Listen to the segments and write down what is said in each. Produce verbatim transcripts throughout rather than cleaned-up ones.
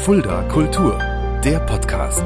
Fulda Kultur, der Podcast.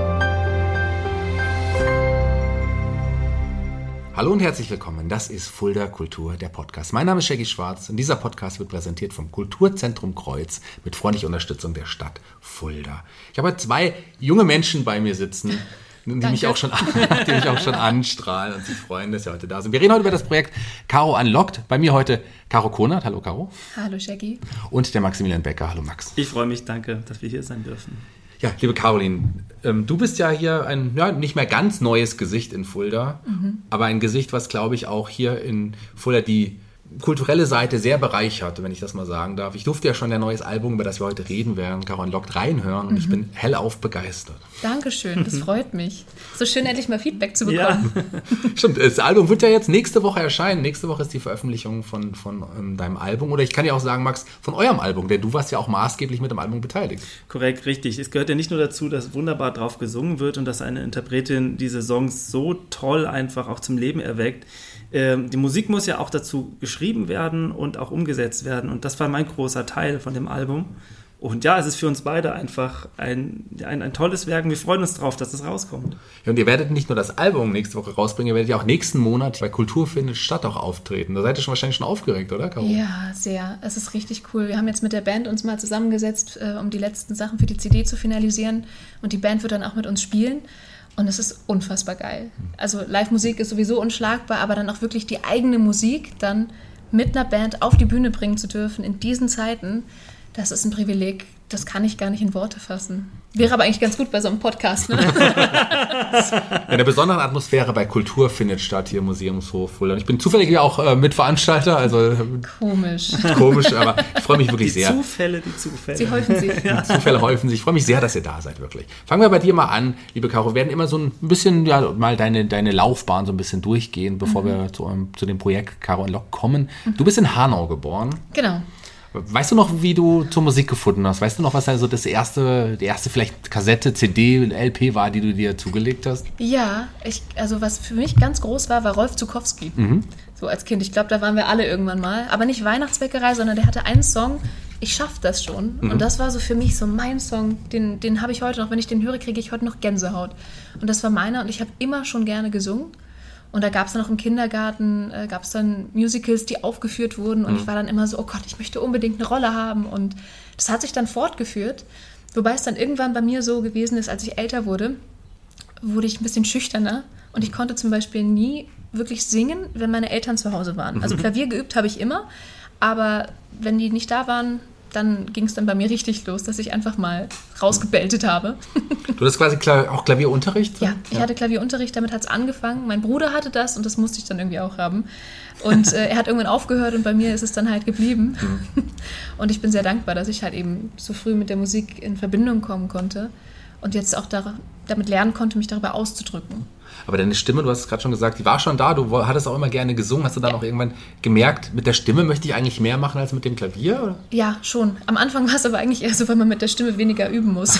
Hallo und herzlich willkommen, das ist Fulda Kultur, der Podcast. Mein Name ist Shaggy Schwarz und dieser Podcast wird präsentiert vom Kulturzentrum Kreuz mit freundlicher Unterstützung der Stadt Fulda. Ich habe zwei junge Menschen bei mir sitzen, die mich, auch schon, die mich auch schon anstrahlen und sich freuen, dass sie heute da sind. Wir reden heute über das Projekt Caro Unlocked. Bei mir heute Caro Konert. Hallo Caro. Hallo Shaggy. Und der Maximilian Becker. Hallo Max. Ich freue mich, danke, dass wir hier sein dürfen. Ja, liebe Caroline, ähm, du bist ja hier ein ja, nicht mehr ganz neues Gesicht in Fulda, mhm. aber ein Gesicht, was, glaube ich, auch hier in Fulda die kulturelle Seite sehr bereichert, wenn ich das mal sagen darf. Ich durfte ja schon ein neues Album, über das wir heute reden werden, Caro Unlocked, reinhören und mhm. ich bin hellauf begeistert. Dankeschön, das freut mich. So schön, endlich mal Feedback zu bekommen. Ja. Stimmt, das Album wird ja jetzt nächste Woche erscheinen. Nächste Woche ist die Veröffentlichung von, von ähm, deinem Album. Oder ich kann ja auch sagen, Max, von eurem Album, denn du warst ja auch maßgeblich mit dem Album beteiligt. Korrekt, richtig. Es gehört ja nicht nur dazu, dass wunderbar drauf gesungen wird und dass eine Interpretin diese Songs so toll einfach auch zum Leben erweckt. Ähm, die Musik muss ja auch dazu geschrieben werden und auch umgesetzt werden. Und das war mein großer Teil von dem Album. Und ja, es ist für uns beide einfach ein, ein, ein tolles Werk. Wir freuen uns drauf, dass es rauskommt. Ja, und ihr werdet nicht nur das Album nächste Woche rausbringen, ihr werdet ja auch nächsten Monat bei Kultur findet statt auch auftreten. Da seid ihr schon wahrscheinlich schon aufgeregt, oder, Caro? Ja, sehr. Es ist richtig cool. Wir haben jetzt mit der Band uns mal zusammengesetzt, äh, um die letzten Sachen für die C D zu finalisieren. Und die Band wird dann auch mit uns spielen. Und es ist unfassbar geil. Also Live-Musik ist sowieso unschlagbar, aber dann auch wirklich die eigene Musik dann mit einer Band auf die Bühne bringen zu dürfen in diesen Zeiten, das ist ein Privileg, das kann ich gar nicht in Worte fassen. Wäre aber eigentlich ganz gut bei so einem Podcast. Ne? In der besonderen Atmosphäre bei Kultur findet statt, hier im Museumshof Fulda. Und ich bin zufällig auch äh, Mitveranstalter. Also, komisch. Komisch, aber ich freue mich wirklich die sehr. Die Zufälle, die Zufälle. Sie häufen sich. Die Zufälle häufen sich. Ich freue mich sehr, dass ihr da seid, wirklich. Fangen wir bei dir mal an, liebe Caro. Wir werden immer so ein bisschen, ja, mal deine, deine Laufbahn so ein bisschen durchgehen, bevor mhm. wir zu, um, zu dem Projekt Caro Unlocked kommen. Mhm. Du bist in Hanau geboren. Genau. Weißt du noch, wie du zur Musik gefunden hast? Weißt du noch, was also das erste, die erste vielleicht Kassette, C D, L P war, die du dir zugelegt hast? Ja, ich, also was für mich ganz groß war, war Rolf Zukowski. Mhm. So als Kind. Ich glaube, da waren wir alle irgendwann mal. Aber nicht Weihnachtsbäckerei, sondern der hatte einen Song, ich schaff das schon. Mhm. Und das war so für mich so mein Song. Den, den habe ich heute noch, wenn ich den höre, kriege ich heute noch Gänsehaut. Und das war meiner und ich habe immer schon gerne gesungen. Und da gab es dann auch im Kindergarten, äh, gab es dann Musicals, die aufgeführt wurden. Und mhm. ich war dann immer so, oh Gott, ich möchte unbedingt eine Rolle haben. Und das hat sich dann fortgeführt. Wobei es dann irgendwann bei mir so gewesen ist, als ich älter wurde, wurde ich ein bisschen schüchterner. Und ich konnte zum Beispiel nie wirklich singen, wenn meine Eltern zu Hause waren. Also Klavier geübt habe ich immer. Aber wenn die nicht da waren, dann ging es dann bei mir richtig los, dass ich einfach mal rausgebeltet habe. Du hattest quasi Kla- auch Klavierunterricht? Ja, ich ja. hatte Klavierunterricht, damit hat es angefangen. Mein Bruder hatte das und das musste ich dann irgendwie auch haben. Und äh, er hat irgendwann aufgehört und bei mir ist es dann halt geblieben. Mhm. Und ich bin sehr dankbar, dass ich halt eben so früh mit der Musik in Verbindung kommen konnte und jetzt auch da, damit lernen konnte, mich darüber auszudrücken. Aber deine Stimme, du hast es gerade schon gesagt, die war schon da, du hattest auch immer gerne gesungen. Hast du dann ja. auch irgendwann gemerkt, mit der Stimme möchte ich eigentlich mehr machen als mit dem Klavier? Oder? Ja, schon. Am Anfang war es aber eigentlich eher so, weil man mit der Stimme weniger üben muss.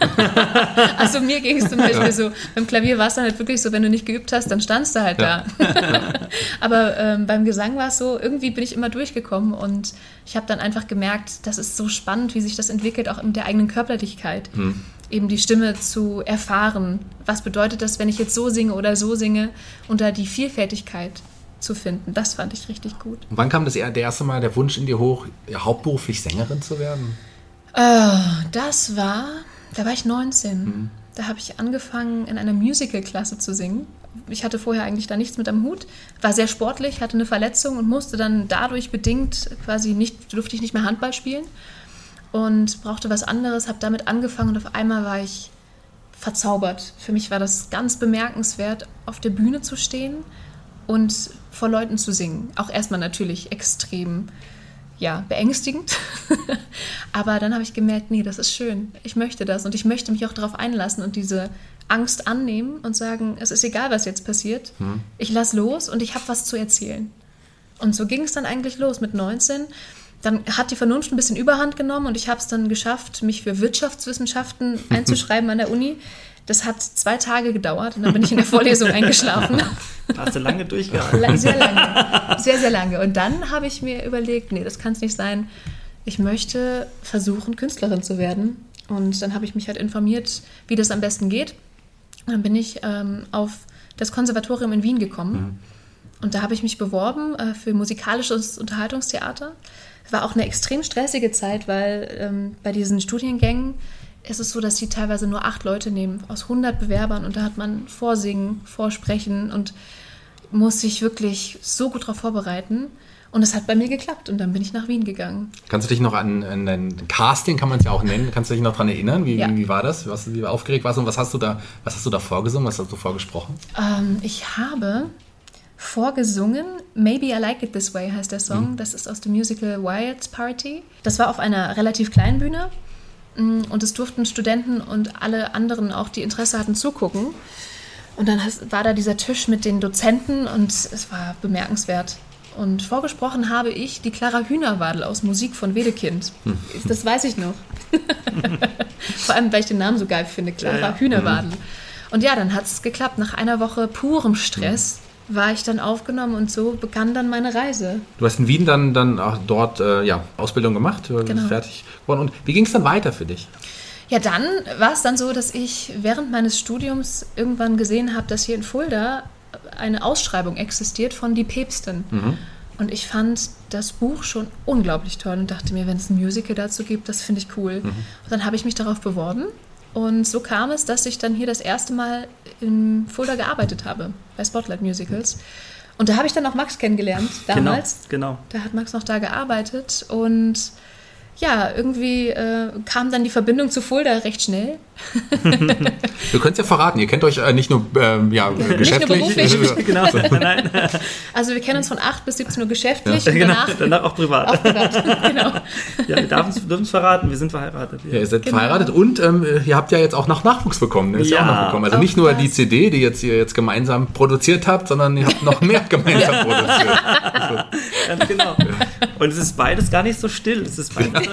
Also mir ging es zum Beispiel ja. so, beim Klavier war es dann halt wirklich so, wenn du nicht geübt hast, dann standst du halt ja. da. Aber ähm, beim Gesang war es so, irgendwie bin ich immer durchgekommen und ich habe dann einfach gemerkt, das ist so spannend, wie sich das entwickelt, auch mit der eigenen Körperlichkeit. Hm. Eben die Stimme zu erfahren. Was bedeutet das, wenn ich jetzt so singe oder so singe? Und da die Vielfältigkeit zu finden. Das fand ich richtig gut. Und wann kam das der erste Mal der Wunsch in dir hoch, hauptberuflich Sängerin zu werden? Äh, das war, da war ich neunzehn. Mhm. Da habe ich angefangen, in einer Musical-Klasse zu singen. Ich hatte vorher eigentlich da nichts mit am Hut, war sehr sportlich, hatte eine Verletzung und musste dann dadurch bedingt quasi nicht, durfte ich nicht mehr Handball spielen. Und brauchte was anderes, habe damit angefangen und auf einmal war ich verzaubert. Für mich war das ganz bemerkenswert, auf der Bühne zu stehen und vor Leuten zu singen. Auch erstmal natürlich extrem ja, beängstigend. Aber dann habe ich gemerkt, nee, das ist schön. Ich möchte das und ich möchte mich auch darauf einlassen und diese Angst annehmen und sagen, es ist egal, was jetzt passiert. Hm. Ich lasse los und ich habe was zu erzählen. Und so ging es dann eigentlich los mit neunzehn. Dann hat die Vernunft ein bisschen Überhand genommen und ich habe es dann geschafft, mich für Wirtschaftswissenschaften einzuschreiben an der Uni. Das hat zwei Tage gedauert und dann bin ich in der Vorlesung eingeschlafen. Hast du lange durchgehalten? Sehr lange, sehr, sehr lange. Und dann habe ich mir überlegt, nee, das kann es nicht sein. Ich möchte versuchen, Künstlerin zu werden. Und dann habe ich mich halt informiert, wie das am besten geht. Und dann bin ich ähm, auf das Konservatorium in Wien gekommen. Mhm. Und da habe ich mich beworben äh, für musikalisches Unterhaltungstheater. Es war auch eine extrem stressige Zeit, weil ähm, bei diesen Studiengängen ist es so, dass sie teilweise nur acht Leute nehmen aus hundert Bewerbern. Und da hat man Vorsingen, Vorsprechen und muss sich wirklich so gut darauf vorbereiten. Und es hat bei mir geklappt und dann bin ich nach Wien gegangen. Kannst du dich noch an, an ein Casting, kann man es ja auch nennen, kannst du dich noch daran erinnern? Wie, ja. wie, wie war das? Was, wie aufgeregt warst du und was hast du da, was hast du da vorgesungen, was hast du vorgesprochen? Ähm, ich habe vorgesungen, Maybe I Like It This Way heißt der Song. Mhm. Das ist aus dem Musical Wyatt's Party. Das war auf einer relativ kleinen Bühne und es durften Studenten und alle anderen auch, die Interesse hatten, zugucken. Und dann war da dieser Tisch mit den Dozenten und es war bemerkenswert. Und vorgesprochen habe ich die Clara Hühnerwadel aus Musik von Wedekind. Hm. Das weiß ich noch. Vor allem, weil ich den Namen so geil finde, Clara ja, ja. Hühnerwadel. Und ja, dann hat es geklappt. Nach einer Woche purem Stress war ich dann aufgenommen und so begann dann meine Reise. Du hast in Wien dann, dann auch dort äh, ja, Ausbildung gemacht, genau. fertig geworden. Und wie ging es dann weiter für dich? Ja, dann war es dann so, dass ich während meines Studiums irgendwann gesehen habe, dass hier in Fulda eine Ausschreibung existiert von Die Päpstin. Mhm. Und ich fand das Buch schon unglaublich toll und dachte mir, wenn es ein Musical dazu gibt, das finde ich cool. Mhm. Und dann habe ich mich darauf beworben und so kam es, dass ich dann hier das erste Mal in Fulda gearbeitet habe, bei Spotlight Musicals. Und da habe ich dann auch Max kennengelernt, damals. Genau, genau. Da hat Max noch da gearbeitet und ja, irgendwie äh, kam dann die Verbindung zu Fulda recht schnell. Du könnt es ja verraten, ihr kennt euch äh, nicht nur ähm, ja, geschäftlich. Nicht nur beruflich. Genau. Nein. Also wir kennen uns von acht bis siebzehn Uhr geschäftlich ja. und genau. danach, danach auch privat. Auch privat. Genau. Ja, wir dürfen es verraten, wir sind verheiratet. Ja, ihr seid genau. verheiratet und ähm, ihr habt ja jetzt auch noch Nachwuchs bekommen. Ne? Ist ja. ja auch noch bekommen. Also nicht nur das. Die C D, die jetzt ihr jetzt gemeinsam produziert habt, sondern ihr habt noch mehr gemeinsam produziert. Also. Ganz genau. Ja. Und es ist beides gar nicht so still. Es ist beides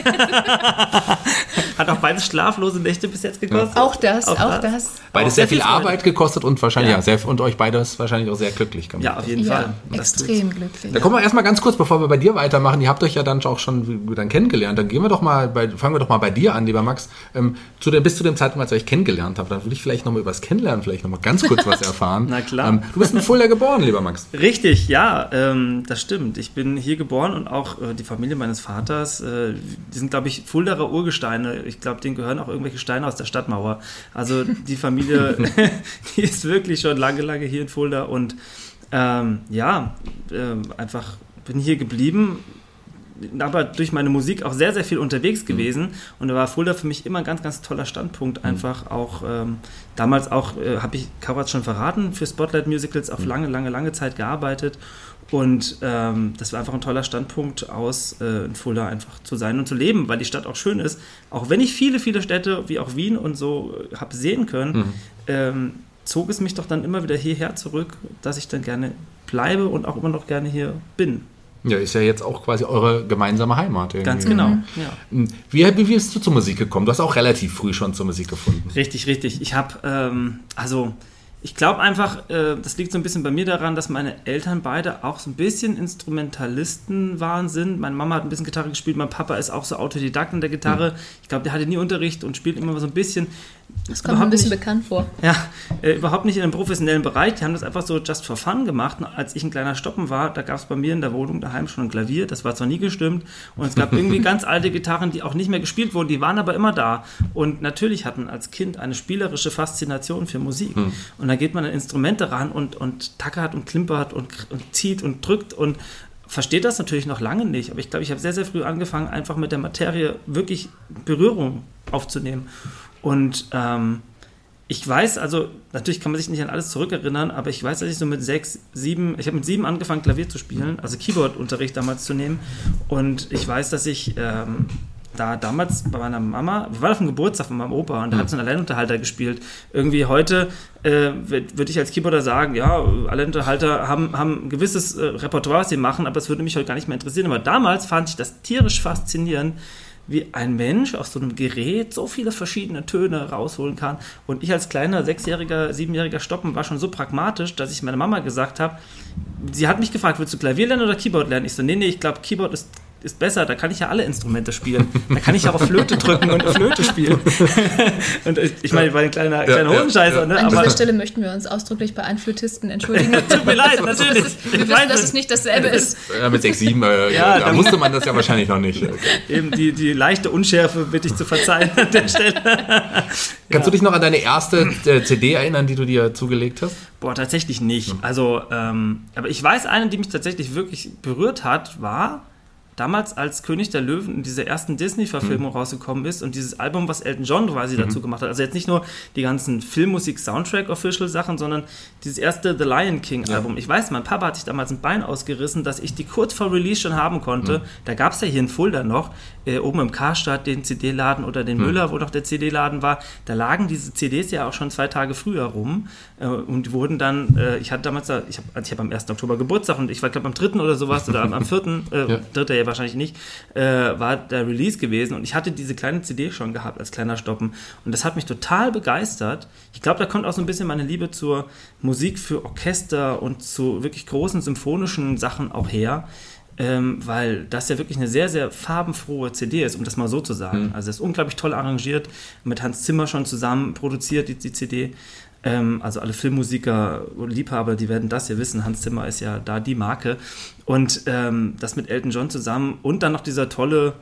Hat auch beides schlaflose Nächte bis jetzt gekostet. Ja. Auch das, auch, auch das. das. Beides sehr, sehr viel Arbeit Freude. gekostet und wahrscheinlich ja. Ja, sehr, und euch beides wahrscheinlich auch sehr glücklich gemacht. Ja, auf jeden ja, Fall. Und extrem glücklich. Da kommen wir erstmal ganz kurz, bevor wir bei dir weitermachen. Ihr habt euch ja dann auch schon dann kennengelernt. Dann gehen wir doch mal bei, fangen wir doch mal bei dir an, lieber Max. Ähm, zu dem, bis zu dem Zeitpunkt, als ich euch kennengelernt habe, dann würde ich vielleicht nochmal über das Kennenlernen vielleicht nochmal ganz kurz was erfahren. Na klar. Ähm, du bist in Fulda geboren, lieber Max. Richtig, ja, ähm, das stimmt. Ich bin hier geboren und auch äh, die Familie meines Vaters, äh, die sind, glaube ich, Fuldaer Urgesteine. Ich glaube, denen gehören auch irgendwelche Steine aus der Stadtmauer. Also die Familie, die ist wirklich schon lange, lange hier in Fulda und ähm, ja, äh, einfach bin hier geblieben, aber durch meine Musik auch sehr, sehr viel unterwegs gewesen und da war Fulda für mich immer ein ganz, ganz toller Standpunkt, einfach auch, ähm, damals auch, äh, habe ich, Caro hat schon verraten, für Spotlight Musicals auf lange, lange, lange Zeit gearbeitet und ähm, das war einfach ein toller Standpunkt aus, äh, in Fulda einfach zu sein und zu leben, weil die Stadt auch schön ist, auch wenn ich viele, viele Städte, wie auch Wien und so, äh, habe sehen können, mhm. ähm, zog es mich doch dann immer wieder hierher zurück, dass ich dann gerne bleibe und auch immer noch gerne hier bin. Ja, ist ja jetzt auch quasi eure gemeinsame Heimat. Irgendwie. Ganz genau, mhm. ja. Wie, wie bist du zur Musik gekommen? Du hast auch relativ früh schon zur Musik gefunden. Richtig, richtig. Ich habe, ähm, also ich glaube einfach, äh, das liegt so ein bisschen bei mir daran, dass meine Eltern beide auch so ein bisschen Instrumentalisten waren, sind. Meine Mama hat ein bisschen Gitarre gespielt, mein Papa ist auch so Autodidakt in der Gitarre. Mhm. Ich glaube, der hatte nie Unterricht und spielt immer so ein bisschen. Das kommt mir ein bisschen nicht, bekannt vor. Ja, äh, überhaupt nicht in einem professionellen Bereich. Die haben das einfach so just for fun gemacht. Und als ich ein kleiner Stoppen war, da gab es bei mir in der Wohnung daheim schon ein Klavier. Das war zwar nie gestimmt. Und es gab irgendwie ganz alte Gitarren, die auch nicht mehr gespielt wurden. Die waren aber immer da. Und natürlich hat man als Kind eine spielerische Faszination für Musik. Mhm. Und da geht man an Instrumente ran und, und tackert und klimpert und, und zieht und drückt und versteht das natürlich noch lange nicht. Aber ich glaube, ich habe sehr, sehr früh angefangen, einfach mit der Materie wirklich Berührung aufzunehmen. Und ähm, ich weiß, also natürlich kann man sich nicht an alles zurückerinnern, aber ich weiß, dass ich so mit sechs, sieben, ich habe mit sieben angefangen, Klavier zu spielen, also Keyboard-Unterricht damals zu nehmen. Und ich weiß, dass ich ähm, da damals bei meiner Mama, wir waren auf dem Geburtstag von meinem Opa und da hat so einen Alleinunterhalter gespielt. Irgendwie heute äh, würde ich als Keyboarder sagen, ja, Alleinunterhalter haben, haben ein gewisses äh, Repertoire, was sie machen, aber es würde mich heute gar nicht mehr interessieren. Aber damals fand ich das tierisch faszinierend, wie ein Mensch aus so einem Gerät so viele verschiedene Töne rausholen kann. Und ich als kleiner sechsjähriger, siebenjähriger Stoppen war schon so pragmatisch, dass ich meiner Mama gesagt habe, sie hat mich gefragt, willst du Klavier lernen oder Keyboard lernen? Ich so, nee, nee, ich glaube, Keyboard ist ist besser, da kann ich ja alle Instrumente spielen. Da kann ich ja auch Flöte drücken und Flöte spielen. Und ich meine, ich war ein kleiner, kleiner ja, Hosenscheißer. Ja, ja. Ne? An dieser Stelle möchten wir uns ausdrücklich bei allen Flötisten entschuldigen. Tut mir leid, natürlich. Wir wissen, weiß, dass es nicht dasselbe ist. Ja, mit sechs, sieben, äh, ja, da wusste man das ja wahrscheinlich noch nicht. Okay. Eben die, die leichte Unschärfe bitte ich zu verzeihen an der Stelle. Kannst ja. du dich noch an deine erste äh, C D erinnern, die du dir zugelegt hast? Boah, tatsächlich nicht. Also, ähm, aber ich weiß, eine, die mich tatsächlich wirklich berührt hat, war damals, als König der Löwen in dieser ersten Disney-Verfilmung mhm. rausgekommen ist und dieses Album, was Elton John quasi mhm. dazu gemacht hat. Also jetzt nicht nur die ganzen Filmmusik-Soundtrack-Official-Sachen, sondern dieses erste The Lion King-Album. Ja. Ich weiß, mein Papa hat sich damals ein Bein ausgerissen, dass ich die kurz vor Release schon haben konnte. Mhm. Da gab es ja hier in Fulda noch, äh, oben im Karstadt, den C D-Laden oder den mhm. Müller, wo noch der C D-Laden war. Da lagen diese C Ds ja auch schon zwei Tage früher rum äh, und wurden dann, äh, ich hatte damals, ich habe also ich hab am ersten Oktober Geburtstag und ich war, glaube am dritten oder sowas oder am, am vierten, äh, ja. dritter ja wahrscheinlich nicht, äh, war der Release gewesen und ich hatte diese kleine C D schon gehabt als kleiner Stoppen und das hat mich total begeistert. Ich glaube, da kommt auch so ein bisschen meine Liebe zur Musik für Orchester und zu wirklich großen symphonischen Sachen auch her, ähm, weil das ja wirklich eine sehr, sehr farbenfrohe C D ist, um das mal so zu sagen. Mhm. Also es ist unglaublich toll arrangiert, mit Hans Zimmer schon zusammen produziert, die, die C D. Ähm, also alle Filmmusiker und Liebhaber, die werden das ja wissen. Hans Zimmer ist ja da die Marke. Und ähm, das mit Elton John zusammen und dann noch dieser tolle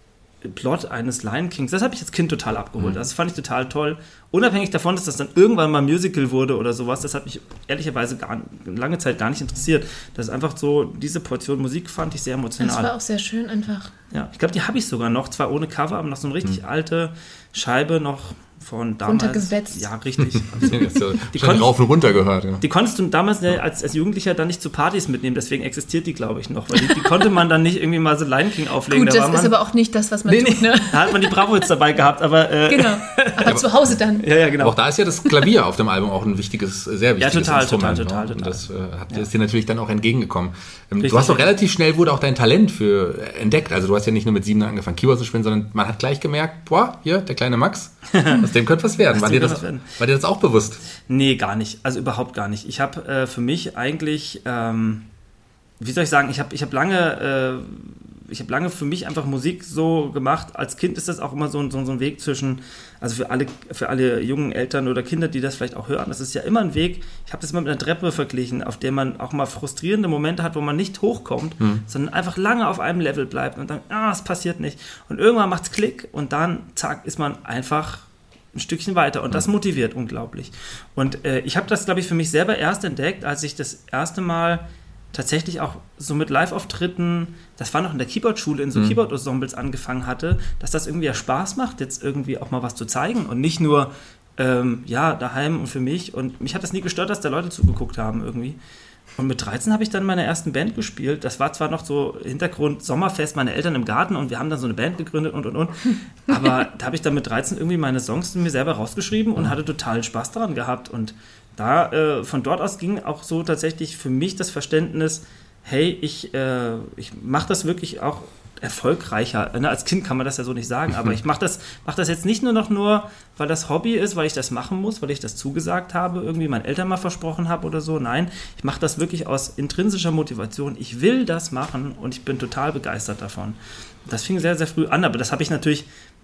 Plot eines Lion Kings, das habe ich als Kind total abgeholt. Mhm. Das fand ich total toll. Unabhängig davon, dass das dann irgendwann mal Musical wurde oder sowas, das hat mich ehrlicherweise gar, lange Zeit gar nicht interessiert. Das ist einfach so, diese Portion Musik fand ich sehr emotional. Das war auch sehr schön einfach. Ja, ich glaube, die habe ich sogar noch, zwar ohne Cover, aber noch so eine richtig mhm. alte Scheibe noch von damals. Runtergewetzt. Ja, richtig. Also, die schon rauf und runter gehört. Ja. Die konntest du damals ne, als, als Jugendlicher dann nicht zu Partys mitnehmen, deswegen existiert die, glaube ich, noch. Weil die, die konnte man dann nicht irgendwie mal so Lion King auflegen. Gut, da das war man, ist aber auch nicht das, was man nee, tut, ne? Da hat man die Bravo-Hits dabei gehabt, aber... Äh, genau, aber ja, zu Hause dann. Ja, ja, genau. Aber auch da ist ja das Klavier auf dem Album auch ein wichtiges, sehr wichtiges ja, total, Instrument. Total, total, total. Und das äh, hat, ja. ist dir natürlich dann auch entgegengekommen. Ähm, Richtig, du hast doch relativ schnell, wurde auch dein Talent für äh, entdeckt. Also du hast ja nicht nur mit sieben angefangen, Keyboard zu spielen, sondern man hat gleich gemerkt, boah, hier, der kleine Max, aus dem könnte was werden. War dir, das, war dir das auch bewusst? Nee, gar nicht. Also überhaupt gar nicht. Ich habe äh, für mich eigentlich, ähm, wie soll ich sagen, ich habe ich hab lange, äh, ich habe lange für mich einfach Musik so gemacht. Als Kind ist das auch immer so, so, so ein Weg zwischen, also für alle, für alle jungen Eltern oder Kinder, die das vielleicht auch hören, das ist ja immer ein Weg, ich habe das mal mit einer Treppe verglichen, auf der man auch mal frustrierende Momente hat, wo man nicht hochkommt, hm. sondern einfach lange auf einem Level bleibt und dann, ah, es passiert nicht. Und irgendwann macht es Klick und dann, zack, ist man einfach ein Stückchen weiter und das motiviert unglaublich. Und äh, ich habe das, glaube ich, für mich selber erst entdeckt, als ich das erste Mal tatsächlich auch so mit Live-Auftritten, das war noch in der Keyboard-Schule, in so mhm. Keyboard-Ensembles angefangen hatte, dass das irgendwie ja Spaß macht, jetzt irgendwie auch mal was zu zeigen und nicht nur, ähm, ja, daheim und für mich. Und mich hat das nie gestört, dass da Leute zugeguckt haben irgendwie. Und mit dreizehn habe ich dann meine ersten Band gespielt. Das war zwar noch so Hintergrund Sommerfest, meine Eltern im Garten und wir haben dann so eine Band gegründet und und und. Aber da habe ich dann mit dreizehn irgendwie meine Songs mir selber rausgeschrieben und hatte total Spaß daran gehabt. Und da äh, von dort aus ging auch so tatsächlich für mich das Verständnis, hey, ich, äh, ich mache das wirklich auch erfolgreicher. Ne, als Kind kann man das ja so nicht sagen, aber ich mache das, mach das jetzt nicht nur noch nur, weil das Hobby ist, weil ich das machen muss, weil ich das zugesagt habe, irgendwie meinen Eltern mal versprochen habe oder so. Nein, ich mache das wirklich aus intrinsischer Motivation. Ich will das machen und ich bin total begeistert davon. Das fing sehr, sehr früh an, aber das habe ich natürlich,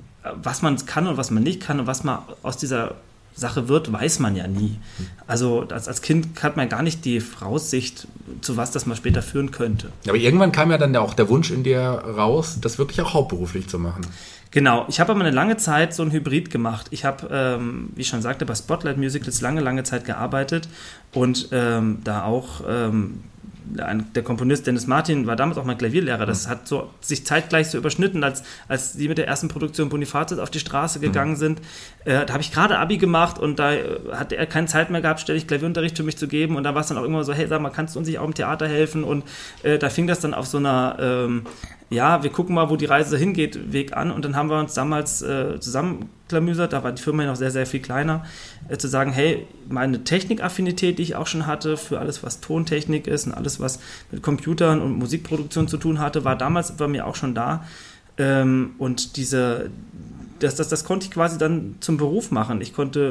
was man kann und was man nicht kann und was man aus dieser Sache wird, weiß man ja nie. Also als, als Kind hat man gar nicht die Voraussicht, zu was das mal später führen könnte. Aber irgendwann kam ja dann auch der Wunsch in dir raus, das wirklich auch hauptberuflich zu machen. Genau, ich habe aber eine lange Zeit so ein Hybrid gemacht. Ich habe, ähm, wie ich schon sagte, bei Spotlight Musicals lange, lange Zeit gearbeitet und ähm, da auch ähm, der Komponist Dennis Martin war damals auch mein Klavierlehrer. Das hat so sich zeitgleich so überschnitten, als, als die mit der ersten Produktion Bonifatius auf die Straße gegangen sind. Äh, da habe ich gerade Abi gemacht und da hatte er keine Zeit mehr gehabt, ständig Klavierunterricht für mich zu geben. Und da war es dann auch immer so, hey, sag mal, kannst du uns nicht auch im Theater helfen? Und äh, da fing das dann auf so einer, ähm, ja, wir gucken mal, wo die Reise hingeht, Weg an. Und dann haben wir uns damals äh, zusammenklamüsert, da war die Firma ja noch sehr, sehr viel kleiner, äh, zu sagen, hey, meine Technikaffinität, die ich auch schon hatte, für alles, was Tontechnik ist und alles, was mit Computern und Musikproduktion zu tun hatte, war damals bei mir auch schon da. Ähm, und diese, das, das, das konnte ich quasi dann zum Beruf machen. Ich konnte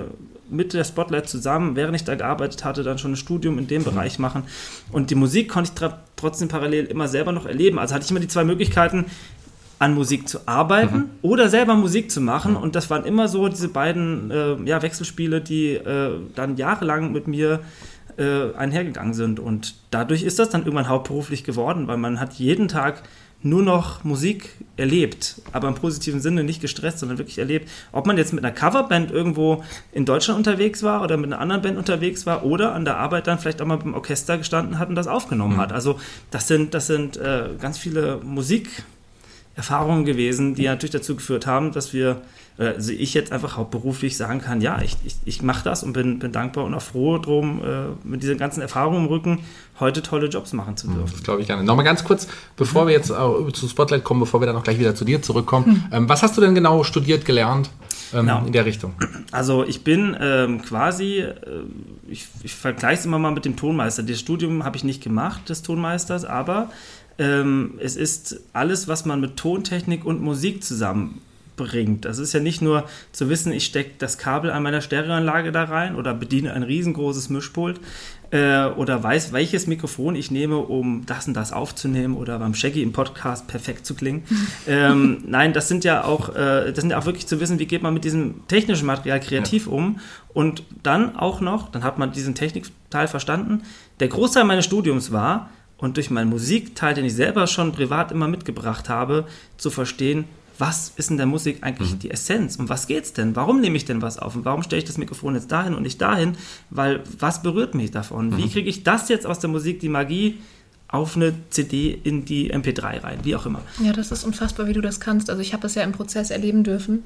mit der Spotlight zusammen, während ich da gearbeitet hatte, dann schon ein Studium in dem Bereich machen. Und die Musik konnte ich tra- trotzdem parallel immer selber noch erleben. Also hatte ich immer die zwei Möglichkeiten, an Musik zu arbeiten mhm. oder selber Musik zu machen. Und das waren immer so diese beiden äh, ja, Wechselspiele, die äh, dann jahrelang mit mir äh, einhergegangen sind. Und dadurch ist das dann irgendwann hauptberuflich geworden, weil man hat jeden Tag nur noch Musik erlebt, aber im positiven Sinne nicht gestresst, sondern wirklich erlebt. Ob man jetzt mit einer Coverband irgendwo in Deutschland unterwegs war oder mit einer anderen Band unterwegs war oder an der Arbeit dann vielleicht auch mal beim Orchester gestanden hat und das aufgenommen mhm. hat. Also das sind, das sind äh, ganz viele Musikerfahrungen gewesen, die natürlich dazu geführt haben, dass wir, äh, also ich jetzt einfach hauptberuflich sagen kann, ja, ich, ich, ich mache das und bin, bin dankbar und auch froh drum, äh, mit diesen ganzen Erfahrungen im Rücken heute tolle Jobs machen zu dürfen. Das glaube ich gerne. Nochmal ganz kurz, bevor wir jetzt äh, zu Spotlight kommen, bevor wir dann auch gleich wieder zu dir zurückkommen. Hm. Ähm, was hast du denn genau studiert, gelernt ähm, genau. in der Richtung? Also ich bin ähm, quasi, äh, ich, ich vergleiche es immer mal mit dem Tonmeister. Das Studium habe ich nicht gemacht, des Tonmeisters, aber ähm, es ist alles, was man mit Tontechnik und Musik zusammen bringt. Das ist ja nicht nur zu wissen, ich stecke das Kabel an meiner Stereoanlage da rein oder bediene ein riesengroßes Mischpult äh, oder weiß, welches Mikrofon ich nehme, um das und das aufzunehmen oder beim Shaggy im Podcast perfekt zu klingen. ähm, nein, das sind ja auch, äh, das sind ja auch wirklich zu wissen, wie geht man mit diesem technischen Material kreativ ja. um und dann auch noch, dann hat man diesen Technikteil verstanden. Der Großteil meines Studiums war, und durch meinen Musikteil, den ich selber schon privat immer mitgebracht habe, zu verstehen, was ist in der Musik eigentlich mhm. die Essenz? Um was geht's denn? Warum nehme ich denn was auf? Und warum stelle ich das Mikrofon jetzt dahin und nicht dahin? Weil, was berührt mich davon? Mhm. Wie kriege ich das jetzt aus der Musik, die Magie, auf eine C D, in die M P drei rein? Wie auch immer. Ja, das ist unfassbar, wie du das kannst. Also ich habe das ja im Prozess erleben dürfen.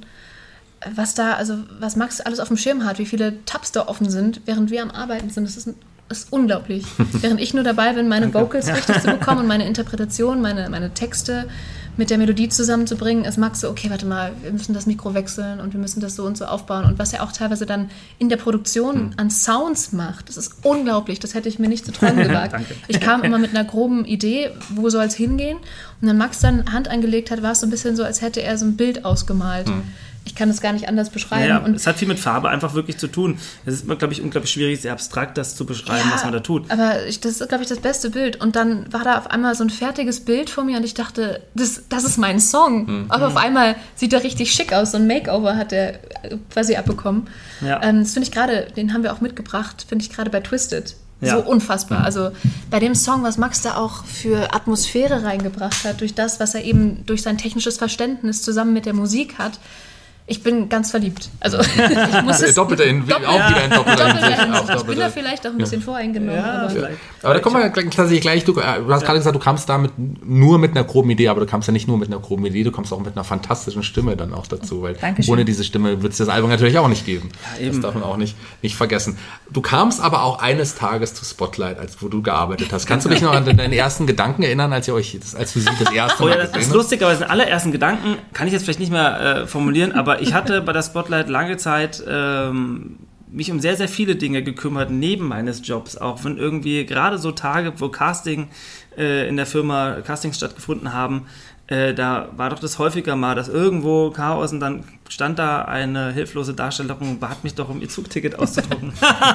Was da, also was Max alles auf dem Schirm hat, wie viele Tabs da offen sind, während wir am Arbeiten sind, das ist ein Das ist unglaublich. Während ich nur dabei bin, meine Danke. Vocals ja. richtig zu bekommen und meine Interpretation, meine, meine Texte mit der Melodie zusammenzubringen, ist Max so, okay, warte mal, wir müssen das Mikro wechseln und wir müssen das so und so aufbauen. Und was er auch teilweise dann in der Produktion hm. an Sounds macht, das ist unglaublich. Das hätte ich mir nicht zu träumen gewagt. Ich kam immer mit einer groben Idee, wo soll es hingehen? Und wenn Max dann Hand angelegt hat, war es so ein bisschen so, als hätte er so ein Bild ausgemalt. Hm. Ich kann das gar nicht anders beschreiben. Ja, und es hat viel mit Farbe einfach wirklich zu tun. Es ist, glaube ich, unglaublich schwierig, sehr abstrakt das zu beschreiben, ja, was man da tut. Aber ich, das ist, glaube ich, das beste Bild. Und dann war da auf einmal so ein fertiges Bild vor mir und ich dachte, das, das ist mein Song. Mhm. Aber auf einmal sieht er richtig schick aus. So ein Makeover hat er quasi abbekommen. Ja. Ähm, das finde ich gerade, den haben wir auch mitgebracht, finde ich gerade bei Twisted. Ja. So unfassbar. Also bei dem Song, was Max da auch für Atmosphäre reingebracht hat, durch das, was er eben durch sein technisches Verständnis zusammen mit der Musik hat, ich bin ganz verliebt. Also ich muss es doppelter in, doppel, auch wieder ein doppelter Hinsicht. Ich, ich bin da vielleicht auch ein bisschen ja. voreingenommen. Ja, aber, ja. aber da kommen wir gleich, gleich du, du hast ja. gerade gesagt, du kamst da mit, nur mit einer groben Idee, aber du kamst ja nicht nur mit einer groben Idee, du kommst auch mit einer fantastischen Stimme dann auch dazu, weil Dankeschön. Ohne diese Stimme wird es das Album natürlich auch nicht geben. Ja, das darf man auch nicht, nicht vergessen. Du kamst aber auch eines Tages zu Spotlight, als wo du gearbeitet hast. Kannst du dich noch an deine ersten Gedanken erinnern, als ihr euch, als du sie das erste Mal oh, ja, das ist lustig, aber den allerersten Gedanken kann ich jetzt vielleicht nicht mehr äh, formulieren, aber ich hatte bei der Spotlight lange Zeit ähm, mich um sehr, sehr viele Dinge gekümmert, neben meines Jobs. Auch wenn irgendwie gerade so Tage, wo Casting äh, in der Firma Castings stattgefunden haben, äh, da war doch das häufiger mal, dass irgendwo Chaos und dann stand da eine hilflose Darstellerin und bat mich doch, um ihr Zugticket auszudrucken.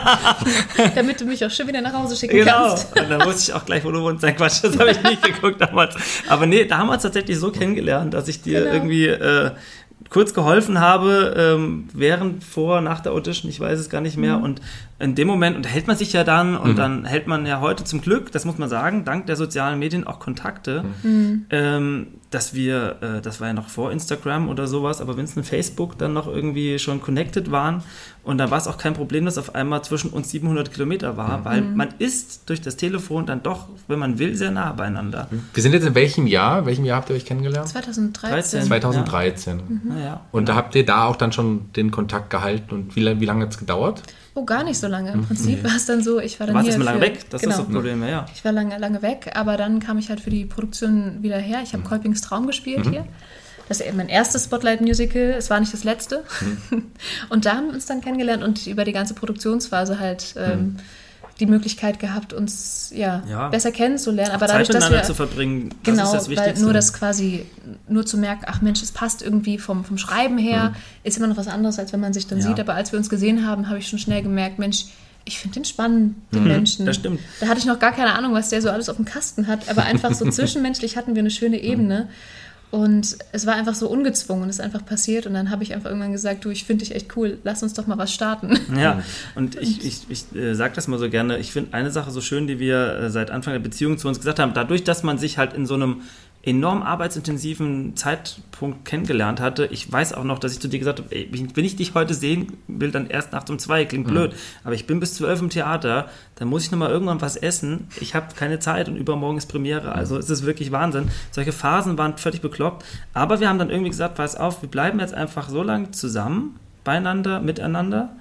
Damit du mich auch schon wieder nach Hause schicken genau. kannst. Genau, und dann wusste ich auch gleich, wo du wohnst. Nein, Quatsch, das habe ich nicht geguckt damals. Aber nee, da haben wir uns tatsächlich so kennengelernt, dass ich dir genau. irgendwie äh, kurz geholfen habe, ähm, während, vor, nach der Audition, ich weiß es gar nicht mehr. Mhm. Und in dem Moment unterhält man sich ja dann und mhm. dann hält man ja heute zum Glück, das muss man sagen, dank der sozialen Medien auch Kontakte, mhm. ähm, dass wir, äh, das war ja noch vor Instagram oder sowas, aber Vincent Facebook dann noch irgendwie schon connected waren und dann war es auch kein Problem, dass auf einmal zwischen uns siebenhundert Kilometer war, mhm. weil man ist durch das Telefon dann doch, wenn man will, sehr nah beieinander. Wir sind jetzt in welchem Jahr? welchem Jahr habt ihr euch kennengelernt? zweitausenddreizehn. zweitausenddreizehn. Ja. Mhm. Ja. Und da habt ihr da auch dann schon den Kontakt gehalten und wie, wie lange hat es gedauert? Oh, gar nicht so lange. Im Prinzip war es dann so, ich war dann du warst hier jetzt mal lange für, weg, das genau. ist das Problem, ja. Ich war lange, lange weg, aber dann kam ich halt für die Produktion wieder her. Ich habe mhm. Kolpings Traum gespielt mhm. hier. Das ist eben mein erstes Spotlight-Musical, es war nicht das letzte. Mhm. Und da haben wir uns dann kennengelernt und über die ganze Produktionsphase halt ähm, mhm. die Möglichkeit gehabt, uns ja, Ja. besser kennenzulernen. Aber Zeit dadurch, dass miteinander wir zu verbringen, das genau, ist das weil Wichtigste. nur das quasi, nur zu merken, ach Mensch, es passt irgendwie vom, vom Schreiben her, ist immer noch was anderes, als wenn man sich dann Ja. sieht. Aber als wir uns gesehen haben, habe ich schon schnell gemerkt, Mensch, ich finde den spannend, den Mhm, Menschen. das stimmt. Da hatte ich noch gar keine Ahnung, was der so alles auf dem Kasten hat, aber einfach so zwischenmenschlich hatten wir eine schöne Ebene. Und es war einfach so ungezwungen und es ist einfach passiert. Und dann habe ich einfach irgendwann gesagt, du, ich finde dich echt cool, lass uns doch mal was starten. Ja, und ich, ich, ich äh, sage das mal so gerne, ich finde eine Sache so schön, die wir äh, seit Anfang der Beziehung zu uns gesagt haben, dadurch, dass man sich halt in so einem enorm arbeitsintensiven Zeitpunkt kennengelernt hatte. Ich weiß auch noch, dass ich zu dir gesagt habe, ey, wenn ich dich heute sehen will, dann erst nachts um zwei, klingt blöd, aber ich bin bis zwölf im Theater, dann muss ich nochmal irgendwann was essen, ich habe keine Zeit und übermorgen ist Premiere, also es ist wirklich Wahnsinn. Solche Phasen waren völlig bekloppt, aber wir haben dann irgendwie gesagt, pass auf, wir bleiben jetzt einfach so lange zusammen, beieinander, miteinander,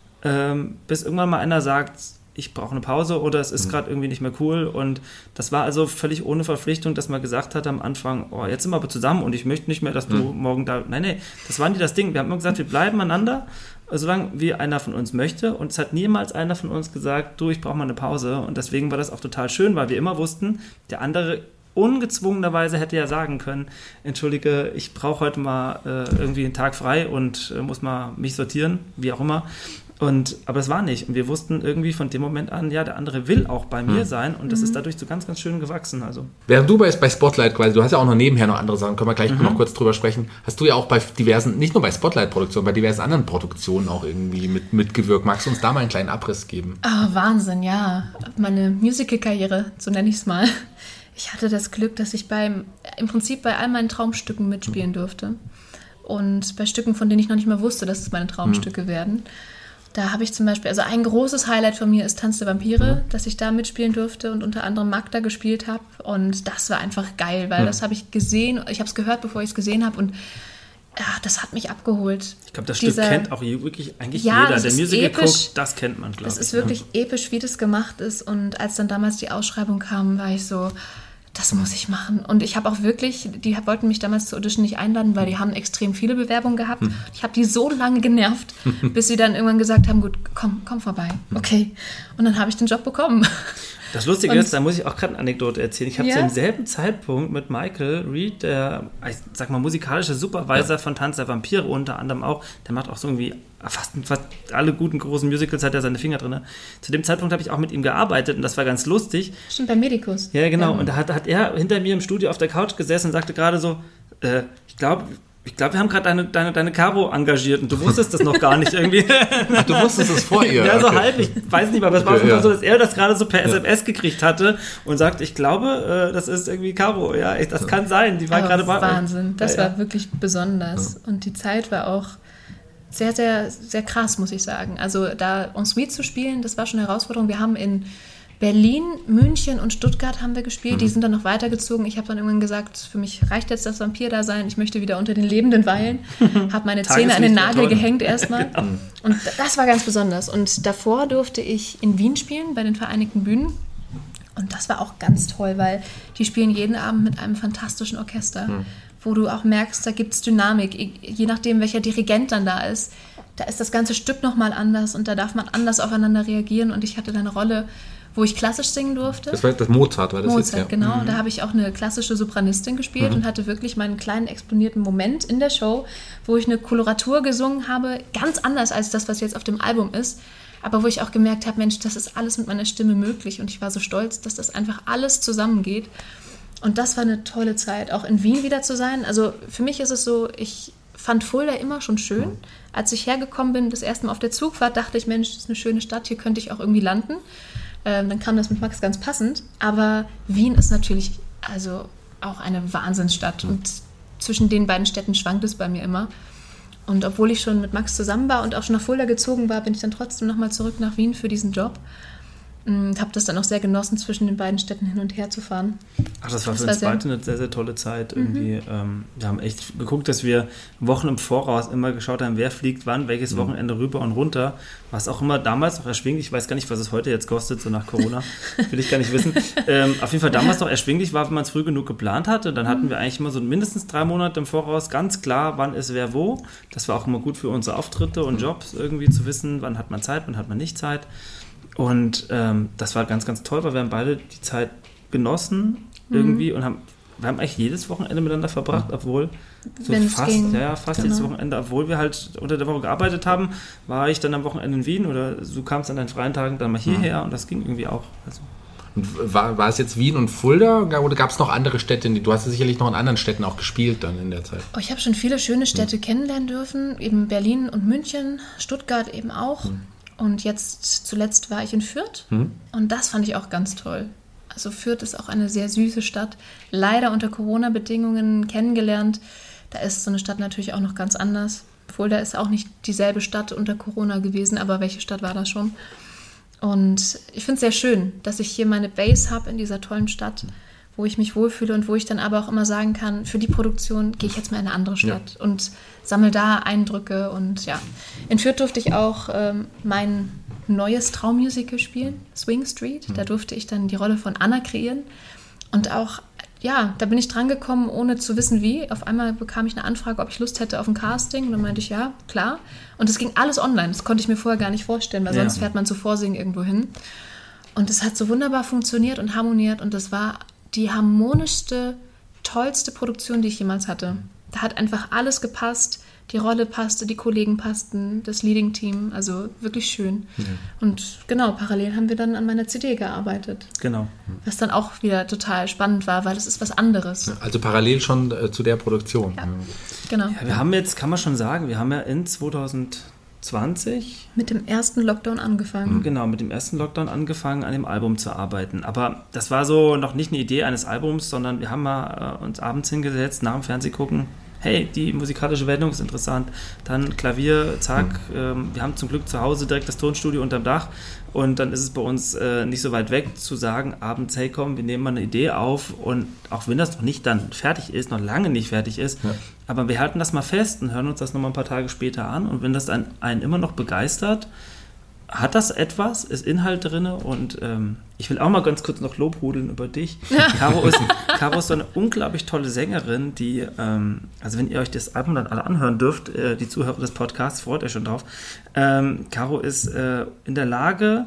ähm, bis irgendwann mal einer sagt, ich brauche eine Pause oder es ist gerade irgendwie nicht mehr cool und das war also völlig ohne Verpflichtung, dass man gesagt hat am Anfang, oh, jetzt sind wir aber zusammen und ich möchte nicht mehr, dass du mhm. morgen da, nein, nein, das war nie das Ding, wir haben immer gesagt, wir bleiben einander, solange wie einer von uns möchte und es hat niemals einer von uns gesagt, du, ich brauche mal eine Pause und deswegen war das auch total schön, weil wir immer wussten, der andere ungezwungenerweise hätte ja sagen können, entschuldige, ich brauche heute mal äh, irgendwie einen Tag frei und äh, muss mal mich sortieren, wie auch immer. Und, aber es war nicht. Und wir wussten irgendwie von dem Moment an, ja, der andere will auch bei mir sein. Und das Mhm. ist dadurch so ganz, ganz schön gewachsen. Also. Während du bei, bei Spotlight quasi, du hast ja auch noch nebenher noch andere Sachen, können wir gleich Mhm. noch kurz drüber sprechen, hast du ja auch bei diversen, nicht nur bei Spotlight-Produktionen, bei diversen anderen Produktionen auch irgendwie mit, mitgewirkt. Magst du uns da mal einen kleinen Abriss geben? Ah, Wahnsinn, ja. Meine Musical-Karriere, so nenne ich es mal. Ich hatte das Glück, dass ich beim, im Prinzip bei all meinen Traumstücken mitspielen durfte. Und bei Stücken, von denen ich noch nicht mal wusste, dass es meine Traumstücke mhm. werden. Da habe ich zum Beispiel, also ein großes Highlight von mir ist Tanz der Vampire, mhm. dass ich da mitspielen durfte und unter anderem Magda gespielt habe. Und das war einfach geil, weil mhm. das habe ich gesehen, ich habe es gehört, bevor ich es gesehen habe und ja, das hat mich abgeholt. Ich glaube, das Dieser, Stück kennt auch wirklich eigentlich ja, jeder, der Musical episch, guckt, das kennt man, glaube ich. Das ist wirklich ja. episch, wie das gemacht ist. Und als dann damals die Ausschreibung kam, war ich so, das muss ich machen. Und ich habe auch wirklich, die wollten mich damals zur Audition nicht einladen, weil die haben extrem viele Bewerbungen gehabt. Ich habe die so lange genervt, bis sie dann irgendwann gesagt haben, gut, komm, komm vorbei. Okay. Und dann habe ich den Job bekommen. Das Lustige und, ist, da muss ich auch gerade eine Anekdote erzählen. Ich habe ja? zu demselben Zeitpunkt mit Michael Reed, der, ich sag mal, musikalische Supervisor ja. von Tanz der Vampire unter anderem auch, der macht auch so irgendwie fast, fast alle guten großen Musicals, hat er seine Finger drin. Zu dem Zeitpunkt habe ich auch mit ihm gearbeitet und das war ganz lustig. Stimmt, bei Medicus. Ja, genau. Ja. Und da hat, hat er hinter mir im Studio auf der Couch gesessen und sagte gerade so, äh, ich glaube, Ich glaube, wir haben gerade deine, deine, deine Caro engagiert und du wusstest das noch gar nicht irgendwie. Ach, du wusstest es vor ihr? Ja, so okay. halb, ich weiß nicht, aber es war okay, ja. so, dass er das gerade so per S M S gekriegt hatte und sagt, ich glaube, äh, das ist irgendwie Caro. Ja, ich, das kann sein, die war aber gerade bei Wahnsinn, das ja, war ja. wirklich besonders. Ja. Und die Zeit war auch sehr, sehr, sehr krass, muss ich sagen. Also da en suite zu spielen, das war schon eine Herausforderung. Wir haben in Berlin, München und Stuttgart haben wir gespielt. Mhm. Die sind dann noch weitergezogen. Ich habe dann irgendwann gesagt, für mich reicht jetzt das Vampir-Dasein. Ich möchte wieder unter den Lebenden weilen. Habe meine Zähne an den Nagel gehängt erstmal. Genau. Und das war ganz besonders. Und davor durfte ich in Wien spielen, bei den Vereinigten Bühnen. Und das war auch ganz toll, weil die spielen jeden Abend mit einem fantastischen Orchester, mhm. wo du auch merkst, da gibt es Dynamik. Je nachdem, welcher Dirigent dann da ist, da ist das ganze Stück nochmal anders und da darf man anders aufeinander reagieren. Und ich hatte da eine Rolle, wo ich klassisch singen durfte. Das war das Mozart, war das Mozart, jetzt, ja. genau. Mhm. Da habe ich auch eine klassische Sopranistin gespielt mhm. und hatte wirklich meinen kleinen exponierten Moment in der Show, wo ich eine Koloratur gesungen habe, ganz anders als das, was jetzt auf dem Album ist, aber wo ich auch gemerkt habe, Mensch, das ist alles mit meiner Stimme möglich und ich war so stolz, dass das einfach alles zusammengeht. Und das war eine tolle Zeit, auch in Wien wieder zu sein. Also für mich ist es so, ich fand Fulda immer schon schön. Mhm. Als ich hergekommen bin, das erste Mal auf der Zugfahrt, dachte ich, Mensch, das ist eine schöne Stadt, hier könnte ich auch irgendwie landen. Ähm, dann kam das mit Max ganz passend. Aber Wien ist natürlich also auch eine Wahnsinnsstadt. Mhm. Und zwischen den beiden Städten schwankt es bei mir immer. Und obwohl ich schon mit Max zusammen war und auch schon nach Fulda gezogen war, bin ich dann trotzdem nochmal zurück nach Wien für diesen Job. Und habe das dann auch sehr genossen, zwischen den beiden Städten hin und her zu fahren. Ach, das war für uns beide eine sehr, sehr tolle Zeit. Irgendwie. Mhm. Ähm, wir haben echt geguckt, dass wir Wochen im Voraus immer geschaut haben, wer fliegt wann, welches mhm. Wochenende rüber und runter. Was auch immer damals noch erschwinglich, ich weiß gar nicht, was es heute jetzt kostet, so nach Corona, will ich gar nicht wissen. Ähm, auf jeden Fall damals noch erschwinglich war, wenn man es früh genug geplant hatte. Dann hatten wir eigentlich immer so mindestens drei Monate im Voraus ganz klar, wann ist wer wo. Das war auch immer gut für unsere Auftritte und Jobs, irgendwie zu wissen, wann hat man Zeit, wann hat man nicht Zeit. Und ähm, das war ganz, ganz toll, weil wir haben beide die Zeit genossen irgendwie mhm. und haben, wir haben eigentlich jedes Wochenende miteinander verbracht, mhm. obwohl so Wenn fast, es ging. ja, fast Genau. jedes Wochenende, obwohl wir halt unter der Woche gearbeitet haben, war ich dann am Wochenende in Wien oder du kamst an deinen freien Tagen dann mal hierher mhm. und das ging irgendwie auch. Also. Und war, war es jetzt Wien und Fulda oder gab es noch andere Städte? Du hast ja sicherlich noch in anderen Städten auch gespielt dann in der Zeit. Oh, ich habe schon viele schöne Städte mhm. kennenlernen dürfen, eben Berlin und München, Stuttgart eben auch. Mhm. Und jetzt zuletzt war ich in Fürth mhm. und das fand ich auch ganz toll. Also Fürth ist auch eine sehr süße Stadt, leider unter Corona-Bedingungen kennengelernt. Da ist so eine Stadt natürlich auch noch ganz anders. Fulda ist auch nicht dieselbe Stadt unter Corona gewesen, aber welche Stadt war das schon? Und ich finde es sehr schön, dass ich hier meine Base habe in dieser tollen Stadt, wo ich mich wohlfühle und wo ich dann aber auch immer sagen kann, für die Produktion gehe ich jetzt mal in eine andere Stadt ja. und sammle da Eindrücke. Und ja, in Fürth durfte ich auch ähm, mein neues Traummusical spielen, Swing Street. Da durfte ich dann die Rolle von Anna kreieren. Und auch, ja, da bin ich dran gekommen, ohne zu wissen wie. Auf einmal bekam ich eine Anfrage, ob ich Lust hätte auf ein Casting. Und dann meinte ich, ja, klar. Und es ging alles online. Das konnte ich mir vorher gar nicht vorstellen, weil ja. sonst fährt man zu Vorsingen irgendwo hin. Und es hat so wunderbar funktioniert und harmoniert. Und das war die harmonischste, tollste Produktion, die ich jemals hatte. Da hat einfach alles gepasst. Die Rolle passte, die Kollegen passten, das Leading-Team, also wirklich schön. Ja. Und genau, parallel haben wir dann an meiner C D gearbeitet. Genau. Was dann auch wieder total spannend war, weil es ist was anderes. Also parallel schon äh, zu der Produktion. Ja, genau. Ja, wir haben jetzt, kann man schon sagen, wir haben ja in zwanzig zwanzig mit dem ersten Lockdown angefangen. Genau, mit dem ersten Lockdown angefangen, an dem Album zu arbeiten. Aber das war so noch nicht eine Idee eines Albums, sondern wir haben mal äh, uns abends hingesetzt, nach dem Fernsehgucken. Hey, die musikalische Wendung ist interessant. Dann Klavier, zack. Mhm. Ähm, wir haben zum Glück zu Hause direkt das Tonstudio unterm Dach. Und dann ist es bei uns äh, nicht so weit weg zu sagen, abends, hey komm, wir nehmen mal eine Idee auf. Und auch wenn das noch nicht dann fertig ist, noch lange nicht fertig ist, ja. aber wir halten das mal fest und hören uns das nochmal ein paar Tage später an. Und wenn das einen, einen immer noch begeistert, hat das etwas, ist Inhalt drin. Und ähm, ich will auch mal ganz kurz noch lobhudeln über dich. Caro ist, Caro ist so eine unglaublich tolle Sängerin, die, ähm, also wenn ihr euch das Album dann alle anhören dürft, äh, die Zuhörer des Podcasts, freut euch schon drauf. Ähm, Caro ist äh, in der Lage,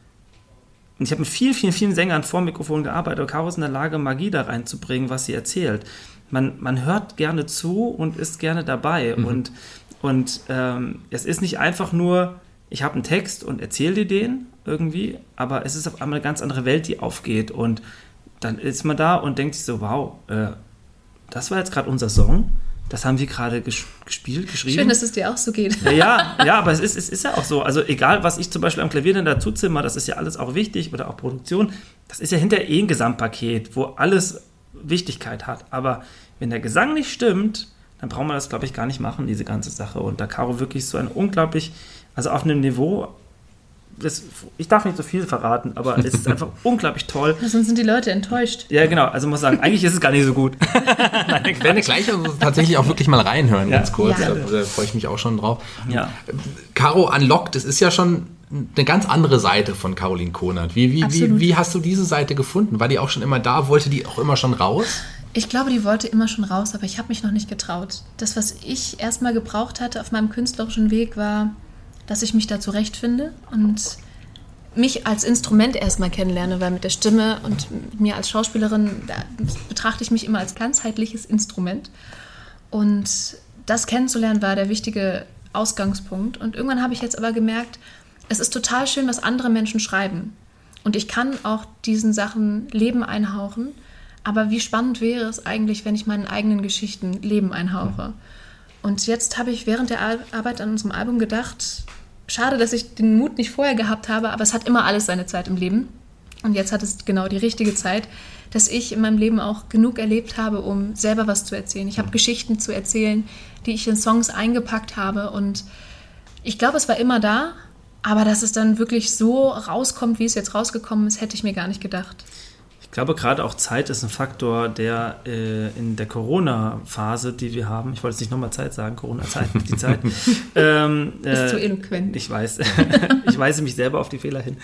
und ich habe mit vielen, vielen, vielen Sängern vor dem Mikrofon gearbeitet, aber Caro ist in der Lage, Magie da reinzubringen, was sie erzählt. Man, man hört gerne zu und ist gerne dabei. Mhm. Und, und ähm, es ist nicht einfach nur, ich habe einen Text und erzähle dir den irgendwie, aber es ist auf einmal eine ganz andere Welt, die aufgeht. Und dann ist man da und denkt sich so, wow, äh, das war jetzt gerade unser Song. Das haben wir gerade ges- gespielt, geschrieben. Schön, dass es dir auch so geht. Ja, ja, ja, aber es ist, es ist ja auch so. Also egal, was ich zum Beispiel am Klavier dann dazu zimmer, das ist ja alles auch wichtig, oder auch Produktion, das ist ja hinterher eh ein Gesamtpaket, wo alles Wichtigkeit hat. Aber wenn der Gesang nicht stimmt, dann braucht man das, glaube ich, gar nicht machen, diese ganze Sache. Und da Caro wirklich so ein unglaublich, also auf einem Niveau, das, ich darf nicht so viel verraten, aber es ist einfach unglaublich toll. Sonst sind die Leute enttäuscht. Ja, genau. Also muss sagen, eigentlich ist es gar nicht so gut. Nein, ich werde gleich also tatsächlich auch wirklich mal reinhören, ja. ganz kurz. Ja. Da, da freue ich mich auch schon drauf. Ja. Caro Unlocked, das ist ja schon eine ganz andere Seite von Caroline Konert. Wie, wie, wie, wie hast du diese Seite gefunden? War die auch schon immer da? Wollte die auch immer schon raus? Ich glaube, die wollte immer schon raus, aber ich habe mich noch nicht getraut. Das, was ich erstmal gebraucht hatte auf meinem künstlerischen Weg, war, dass ich mich da zurechtfinde und mich als Instrument erstmal kennenlerne, weil mit der Stimme und mir als Schauspielerin, da betrachte ich mich immer als ganzheitliches Instrument. Und das kennenzulernen war der wichtige Ausgangspunkt. Und irgendwann habe ich jetzt aber gemerkt, es ist total schön, was andere Menschen schreiben. Und ich kann auch diesen Sachen Leben einhauchen. Aber wie spannend wäre es eigentlich, wenn ich meinen eigenen Geschichten Leben einhauche? Und jetzt habe ich während der Arbeit an unserem Album gedacht, schade, dass ich den Mut nicht vorher gehabt habe, aber es hat immer alles seine Zeit im Leben. Und jetzt hat es genau die richtige Zeit, dass ich in meinem Leben auch genug erlebt habe, um selber was zu erzählen. Ich habe Geschichten zu erzählen, die ich in Songs eingepackt habe. Und ich glaube, es war immer da, aber dass es dann wirklich so rauskommt, wie es jetzt rausgekommen ist, hätte ich mir gar nicht gedacht. Ich glaube, gerade auch Zeit ist ein Faktor, der äh, in der Corona-Phase, die wir haben, ich wollte jetzt nicht nochmal Zeit sagen, Corona-Zeit, die Zeit. ähm, äh, ist zu eloquent. Ich weiß, ich weise mich selber auf die Fehler hin.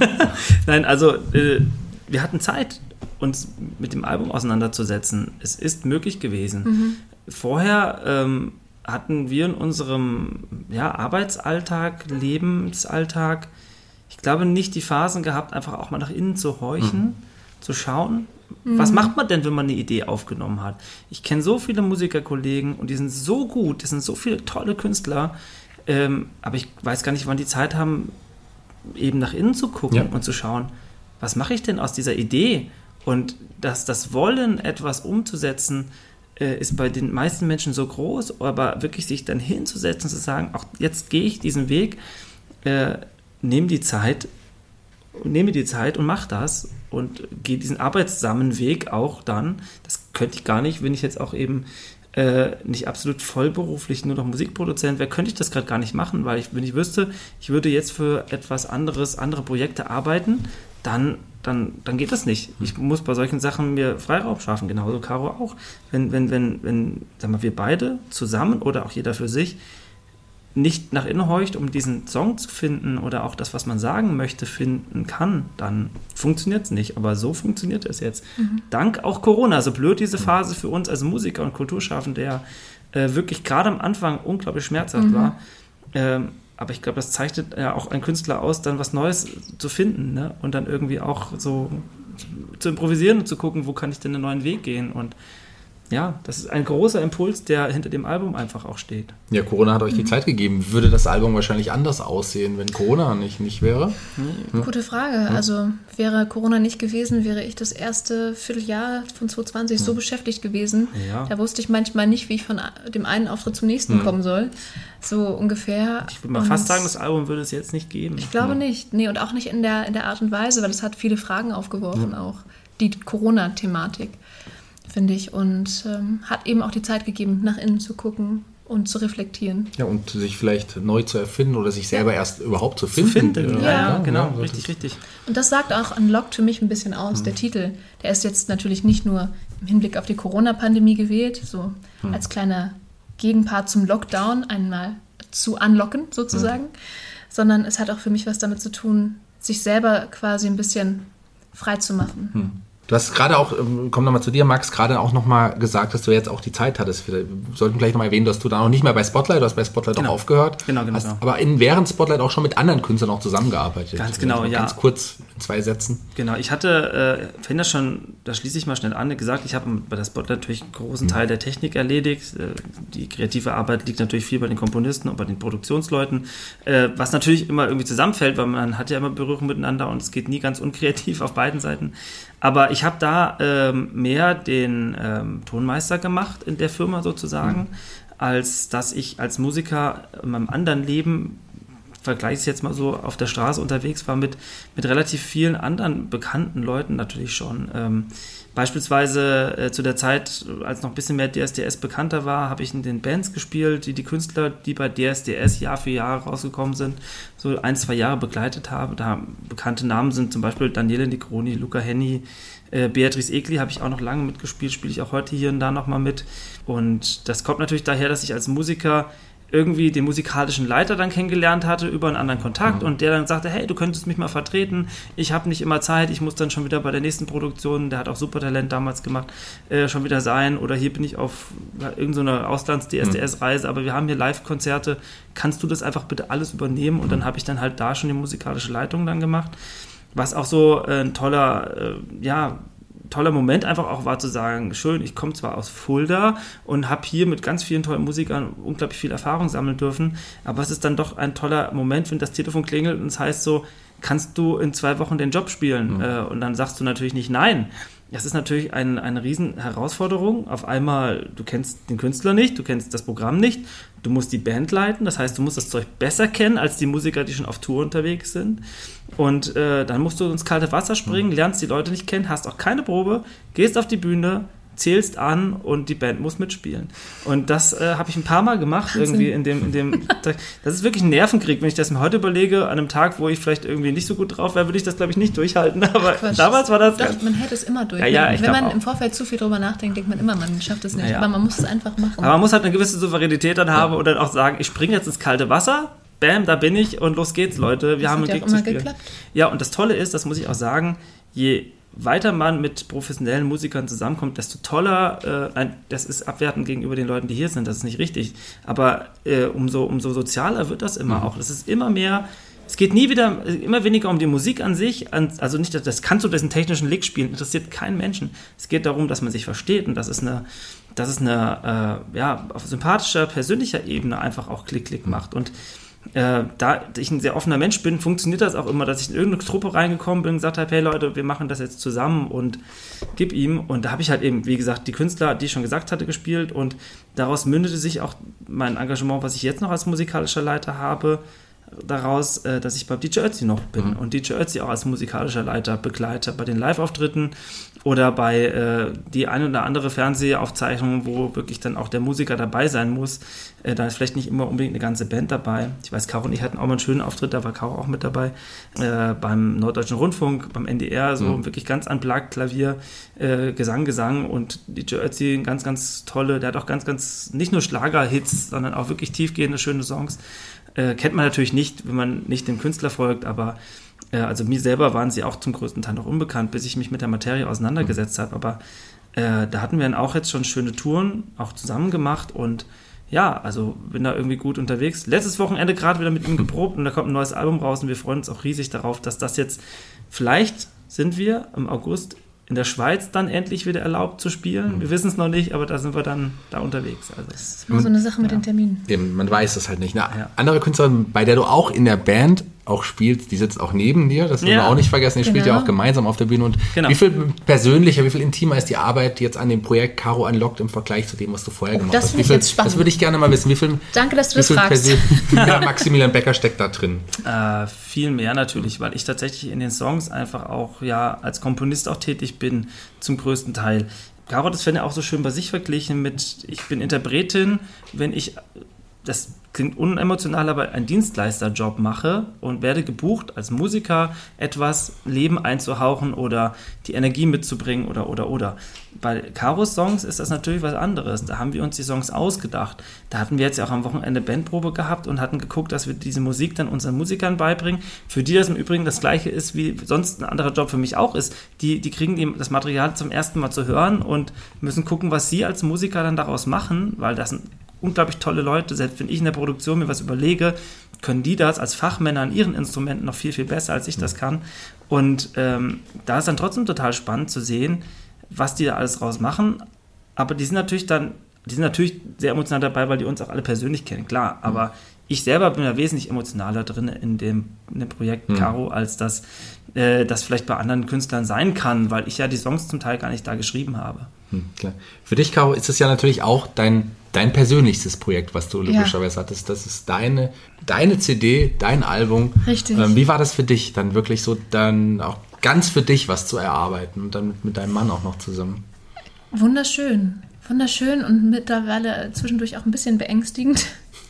Nein, also äh, wir hatten Zeit, uns mit dem Album auseinanderzusetzen. Es ist möglich gewesen. Mhm. Vorher ähm, hatten wir in unserem ja, Arbeitsalltag, Lebensalltag ich glaube, nicht die Phasen gehabt, einfach auch mal nach innen zu horchen, mhm. zu schauen, mhm. was macht man denn, wenn man eine Idee aufgenommen hat. Ich kenne so viele Musikerkollegen und die sind so gut, das sind so viele tolle Künstler, ähm, aber ich weiß gar nicht, wann die Zeit haben, eben nach innen zu gucken ja. und zu schauen, was mache ich denn aus dieser Idee? Und dass das Wollen, etwas umzusetzen, äh, ist bei den meisten Menschen so groß, aber wirklich sich dann hinzusetzen, zu sagen, auch jetzt gehe ich diesen Weg, äh, nehme die Zeit, nehme die Zeit und mach das und gehe diesen arbeitsamen Weg auch dann. Das könnte ich gar nicht, wenn ich jetzt auch eben äh, nicht absolut vollberuflich nur noch Musikproduzent wäre, könnte ich das gerade gar nicht machen, weil ich, wenn ich wüsste, ich würde jetzt für etwas anderes, andere Projekte arbeiten, dann, dann, dann geht das nicht. Ich muss bei solchen Sachen mir Freiraum schaffen, genauso Caro auch. Wenn, wenn, wenn, wenn sagen wir, wir beide zusammen oder auch jeder für sich nicht nach innen horcht, um diesen Song zu finden oder auch das, was man sagen möchte, finden kann, dann funktioniert es nicht. Aber so funktioniert es jetzt. Mhm. Dank auch Corona. So blöd diese Phase für uns als Musiker und Kulturschaffende, der äh, wirklich gerade am Anfang unglaublich schmerzhaft mhm. war. Ähm, aber ich glaube, das zeichnet ja auch ein Künstler aus, dann was Neues zu finden, ne? Und dann irgendwie auch so zu improvisieren und zu gucken, wo kann ich denn einen neuen Weg gehen. Und ja, das ist ein großer Impuls, der hinter dem Album einfach auch steht. Ja, Corona hat euch die Zeit gegeben. Würde das Album wahrscheinlich anders aussehen, wenn Corona nicht, nicht wäre? Hm. Gute Frage. Hm. Also wäre Corona nicht gewesen, wäre ich das erste Vierteljahr von zwanzig zwanzig hm. so beschäftigt gewesen. Ja. Da wusste ich manchmal nicht, wie ich von dem einen Auftritt zum nächsten hm. kommen soll. So ungefähr. Ich würde mal und fast sagen, das Album würde es jetzt nicht geben. Ich glaube ja. nicht. Nee, und auch nicht in der, in der Art und Weise, weil es hat viele Fragen aufgeworfen, ja. auch die Corona-Thematik, finde ich, und ähm, hat eben auch die Zeit gegeben, nach innen zu gucken und zu reflektieren. Ja, und sich vielleicht neu zu erfinden oder sich selber ja. erst überhaupt zu finden. Zu finden, ja, ja, ja genau, ja, richtig, richtig. Und das sagt auch Unlocked für mich ein bisschen aus, hm. der Titel. Der ist jetzt natürlich nicht nur im Hinblick auf die Corona-Pandemie gewählt, so hm. als kleiner Gegenpart zum Lockdown, einmal zu unlocken sozusagen, hm. sondern es hat auch für mich was damit zu tun, sich selber quasi ein bisschen frei zu machen. Hm. Du hast gerade auch, komm nochmal zu dir, Max, gerade auch nochmal gesagt, dass du jetzt auch die Zeit hattest. Wir sollten gleich nochmal erwähnen, dass du da noch nicht mehr bei Spotlight, du hast bei Spotlight genau. auch aufgehört. Genau, genau. Hast genau. aber in, während Spotlight auch schon mit anderen Künstlern auch zusammengearbeitet. Ganz genau, also ja. Ganz kurz, in zwei Sätzen. Genau, ich hatte, äh, vorhin das schon, da schließe ich mal schnell an, gesagt, ich habe bei der Spotlight natürlich einen großen Teil der Technik erledigt. Die kreative Arbeit liegt natürlich viel bei den Komponisten und bei den Produktionsleuten, äh, was natürlich immer irgendwie zusammenfällt, weil man hat ja immer Berührung miteinander und es geht nie ganz unkreativ auf beiden Seiten. Aber ich habe da ähm, mehr den ähm, Tonmeister gemacht in der Firma sozusagen, mhm. als dass ich als Musiker in meinem anderen Leben, vergleiche es jetzt mal so, auf der Straße unterwegs war mit, mit relativ vielen anderen bekannten Leuten natürlich schon. Ähm, beispielsweise äh, zu der Zeit, als noch ein bisschen mehr D S D S bekannter war, habe ich in den Bands gespielt, die die Künstler, die bei D S D S Jahr für Jahr rausgekommen sind, so ein, zwei Jahre begleitet habe. Da bekannte Namen sind zum Beispiel Daniele Negroni, Luca Henny, äh, Beatrice Egli habe ich auch noch lange mitgespielt, spiele ich auch heute hier und da nochmal mit. Und das kommt natürlich daher, dass ich als Musiker irgendwie den musikalischen Leiter dann kennengelernt hatte über einen anderen Kontakt mhm. und der dann sagte, hey, du könntest mich mal vertreten, ich habe nicht immer Zeit, ich muss dann schon wieder bei der nächsten Produktion, der hat auch Supertalent damals gemacht, äh, schon wieder sein oder hier bin ich auf irgendeiner Auslands-D S D S-Reise, aber wir haben hier Live-Konzerte, kannst du das einfach bitte alles übernehmen? Und dann habe ich dann halt da schon die musikalische Leitung dann gemacht, was auch so äh, ein toller, äh, ja, toller Moment einfach auch war zu sagen, schön, ich komme zwar aus Fulda und habe hier mit ganz vielen tollen Musikern unglaublich viel Erfahrung sammeln dürfen, aber es ist dann doch ein toller Moment, wenn das Telefon klingelt und es heißt so, kannst du in zwei Wochen den Job spielen? Mhm. Äh, und dann sagst du natürlich nicht nein. Das ist natürlich ein, eine riesen Herausforderung. Auf einmal, du kennst den Künstler nicht, du kennst das Programm nicht, du musst die Band leiten, das heißt, du musst das Zeug besser kennen als die Musiker, die schon auf Tour unterwegs sind. Und äh, dann musst du ins kalte Wasser springen, mhm. lernst die Leute nicht kennen, hast auch keine Probe, gehst auf die Bühne, zählst an und die Band muss mitspielen. Und das äh, habe ich ein paar Mal gemacht, Wahnsinn. irgendwie in dem, in dem, das ist wirklich ein Nervenkrieg. Wenn ich das mir heute überlege, an einem Tag, wo ich vielleicht irgendwie nicht so gut drauf wäre, würde ich das, glaube ich, nicht durchhalten. Aber Quatsch, damals war das... Doch, man hält es immer durch. Ja, ja, wenn man auch. im Vorfeld zu viel drüber nachdenkt, denkt man immer, man schafft es nicht. Ja, ja. Aber man muss es einfach machen. Aber man muss halt eine gewisse Souveränität dann haben ja. und dann auch sagen, ich springe jetzt ins kalte Wasser, bam, da bin ich und los geht's, Leute. Wir das haben einen Gig zu spielen. Geklappt. Ja, und das Tolle ist, das muss ich auch sagen, je weiter man mit professionellen Musikern zusammenkommt, desto toller, äh, nein, das ist abwertend gegenüber den Leuten, die hier sind, das ist nicht richtig, aber äh, umso, umso sozialer wird das immer mhm. auch. Das ist immer mehr es geht nie wieder, immer weniger um die Musik an sich, also nicht, das kannst du diesen technischen Lick spielen, interessiert keinen Menschen. Es geht darum, dass man sich versteht und das ist eine, das ist eine, äh, ja, auf sympathischer, persönlicher Ebene einfach auch Klick-Klick macht und äh, da ich ein sehr offener Mensch bin, funktioniert das auch immer, dass ich in irgendeine Truppe reingekommen bin und gesagt habe, hey Leute, wir machen das jetzt zusammen und gib ihm und da habe ich halt eben, wie gesagt, die Künstler, die ich schon gesagt hatte, gespielt und daraus mündete sich auch mein Engagement, was ich jetzt noch als musikalischer Leiter habe, daraus, dass ich bei D J Ötzi noch bin mhm. und D J Ötzi auch als musikalischer Leiter begleite bei den Live-Auftritten oder bei äh, die eine oder andere Fernsehaufzeichnung, wo wirklich dann auch der Musiker dabei sein muss. Äh, da ist vielleicht nicht immer unbedingt eine ganze Band dabei. Ich weiß, Caro und ich hatten auch mal einen schönen Auftritt, da war Caro auch mit dabei, äh, beim Norddeutschen Rundfunk, beim N D R, so mhm. wirklich ganz unplugged, Klavier, äh, Gesang, Gesang und D J Ötzi, ein ganz, ganz tolle, der hat auch ganz, ganz, nicht nur Schlager-Hits, sondern auch wirklich tiefgehende, schöne Songs. Äh, kennt man natürlich nicht, wenn man nicht dem Künstler folgt, aber äh, also mir selber waren sie auch zum größten Teil noch unbekannt, bis ich mich mit der Materie auseinandergesetzt habe, aber äh, da hatten wir dann auch jetzt schon schöne Touren, auch zusammen gemacht und ja, also bin da irgendwie gut unterwegs. Letztes Wochenende gerade wieder mit ihm geprobt und da kommt ein neues Album raus und wir freuen uns auch riesig darauf, dass das jetzt, vielleicht sind wir im August in der Schweiz dann endlich wieder erlaubt zu spielen. Wir wissen es noch nicht, aber da sind wir dann da unterwegs. Also, das ist immer so eine Sache mit ja. den Terminen. Eben, man weiß es halt nicht. Eine ja. andere Künstlerin, bei der du auch in der Band auch spielst, die sitzt auch neben dir, das dürfen ja. wir auch nicht vergessen, ihr genau. spielt ja auch gemeinsam auf der Bühne. Und genau. wie viel persönlicher, wie viel intimer ist die Arbeit jetzt an dem Projekt Caro Unlocked im Vergleich zu dem, was du vorher oh, gemacht das hast? Wie viel, jetzt spannend. Das würde ich gerne mal wissen. Wie viel, Danke, dass du das fragst. Ja, Maximilian Becker steckt da drin. Äh, viel mehr natürlich, weil ich tatsächlich in den Songs einfach auch ja als Komponist auch tätig bin, zum größten Teil. Caro hat das ja auch so schön bei sich verglichen mit, ich bin Interpretin, wenn ich, das klingt unemotional, aber einen Dienstleisterjob mache und werde gebucht, als Musiker etwas Leben einzuhauchen oder die Energie mitzubringen oder, oder, oder. Bei Caros Songs ist das natürlich was anderes. Da haben wir uns die Songs ausgedacht. Da hatten wir jetzt ja auch am Wochenende Bandprobe gehabt und hatten geguckt, dass wir diese Musik dann unseren Musikern beibringen. Für die das im Übrigen das Gleiche ist, wie sonst ein anderer Job für mich auch ist. Die, die kriegen die, das Material zum ersten Mal zu hören und müssen gucken, was sie als Musiker dann daraus machen, weil das sind unglaublich tolle Leute. Selbst wenn ich in der Produktion mir was überlege, können die das als Fachmänner an ihren Instrumenten noch viel, viel besser, als ich das kann. Und ähm, da ist dann trotzdem total spannend zu sehen, was die da alles draus machen. Aber die sind natürlich dann, die sind natürlich sehr emotional dabei, weil die uns auch alle persönlich kennen, klar. Aber ich selber bin ja wesentlich emotionaler drin in dem, in dem Projekt mhm. Caro, als das, äh, das vielleicht bei anderen Künstlern sein kann, weil ich ja die Songs zum Teil gar nicht da geschrieben habe. Mhm, klar. Für dich, Caro, ist es ja natürlich auch dein Dein persönlichstes Projekt, was du logischerweise ja. hattest, das ist deine, deine C D, dein Album. Richtig. Ähm, wie war das für dich, dann wirklich so dann auch ganz für dich was zu erarbeiten und dann mit, mit deinem Mann auch noch zusammen? Wunderschön, wunderschön und mittlerweile zwischendurch auch ein bisschen beängstigend,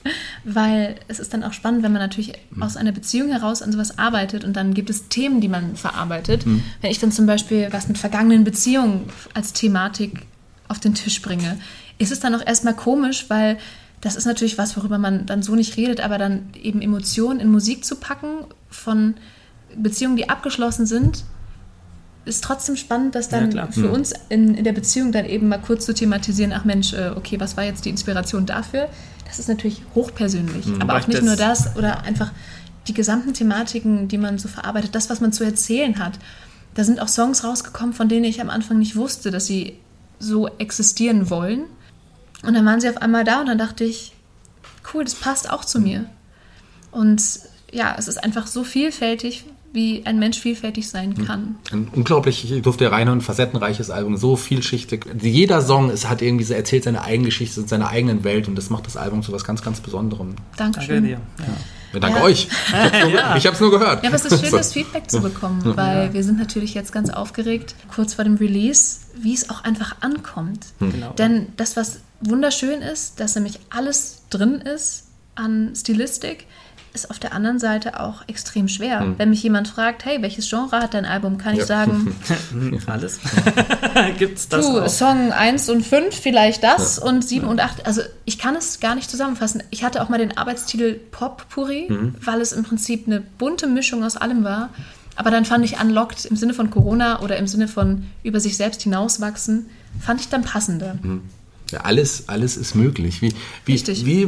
weil es ist dann auch spannend, wenn man natürlich mhm. aus einer Beziehung heraus an sowas arbeitet und dann gibt es Themen, die man verarbeitet. Mhm. Wenn ich dann zum Beispiel was mit vergangenen Beziehungen als Thematik auf den Tisch bringe, ist es dann auch erstmal komisch, weil das ist natürlich was, worüber man dann so nicht redet, aber dann eben Emotionen in Musik zu packen von Beziehungen, die abgeschlossen sind, ist trotzdem spannend, das dann ja, für uns in, in der Beziehung dann eben mal kurz zu thematisieren, ach Mensch, okay, was war jetzt die Inspiration dafür? Das ist natürlich hochpersönlich, mhm, aber auch nicht nur das oder einfach die gesamten Thematiken, die man so verarbeitet, das, was man zu erzählen hat. Da sind auch Songs rausgekommen, von denen ich am Anfang nicht wusste, dass sie so existieren wollen. Und dann waren sie auf einmal da und dann dachte ich, cool, das passt auch zu mir. Und ja, es ist einfach so vielfältig, wie ein Mensch vielfältig sein kann. Ein unglaublich, ich durfte reinhören, facettenreiches Album, so vielschichtig. Jeder Song ist, hat irgendwie so, erzählt seine eigene Geschichte und seine eigenen Welt und das macht das Album zu was ganz, ganz Besonderem. Dankeschön. Danke dir. Ja. Ja, danke ja. euch. Ich habe es nur gehört. Ja, aber es ist schön, das Feedback zu bekommen, weil ja. wir sind natürlich jetzt ganz aufgeregt, kurz vor dem Release, wie es auch einfach ankommt. Genau. Denn das, was wunderschön ist, dass nämlich alles drin ist an Stilistik, ist auf der anderen Seite auch extrem schwer. Hm. Wenn mich jemand fragt, hey, welches Genre hat dein Album, kann ja. ich sagen, alles. Gibt's das du, auch? Song eins und fünf, vielleicht das ja. und sieben ja. und acht. Also ich kann es gar nicht zusammenfassen. Ich hatte auch mal den Arbeitstitel Pop-Puree, mhm. weil es im Prinzip eine bunte Mischung aus allem war. Aber dann fand ich Unlocked im Sinne von Corona oder im Sinne von über sich selbst hinauswachsen, fand ich dann passender. Mhm. Ja, alles, alles ist möglich. Wie, wie, Richtig. wie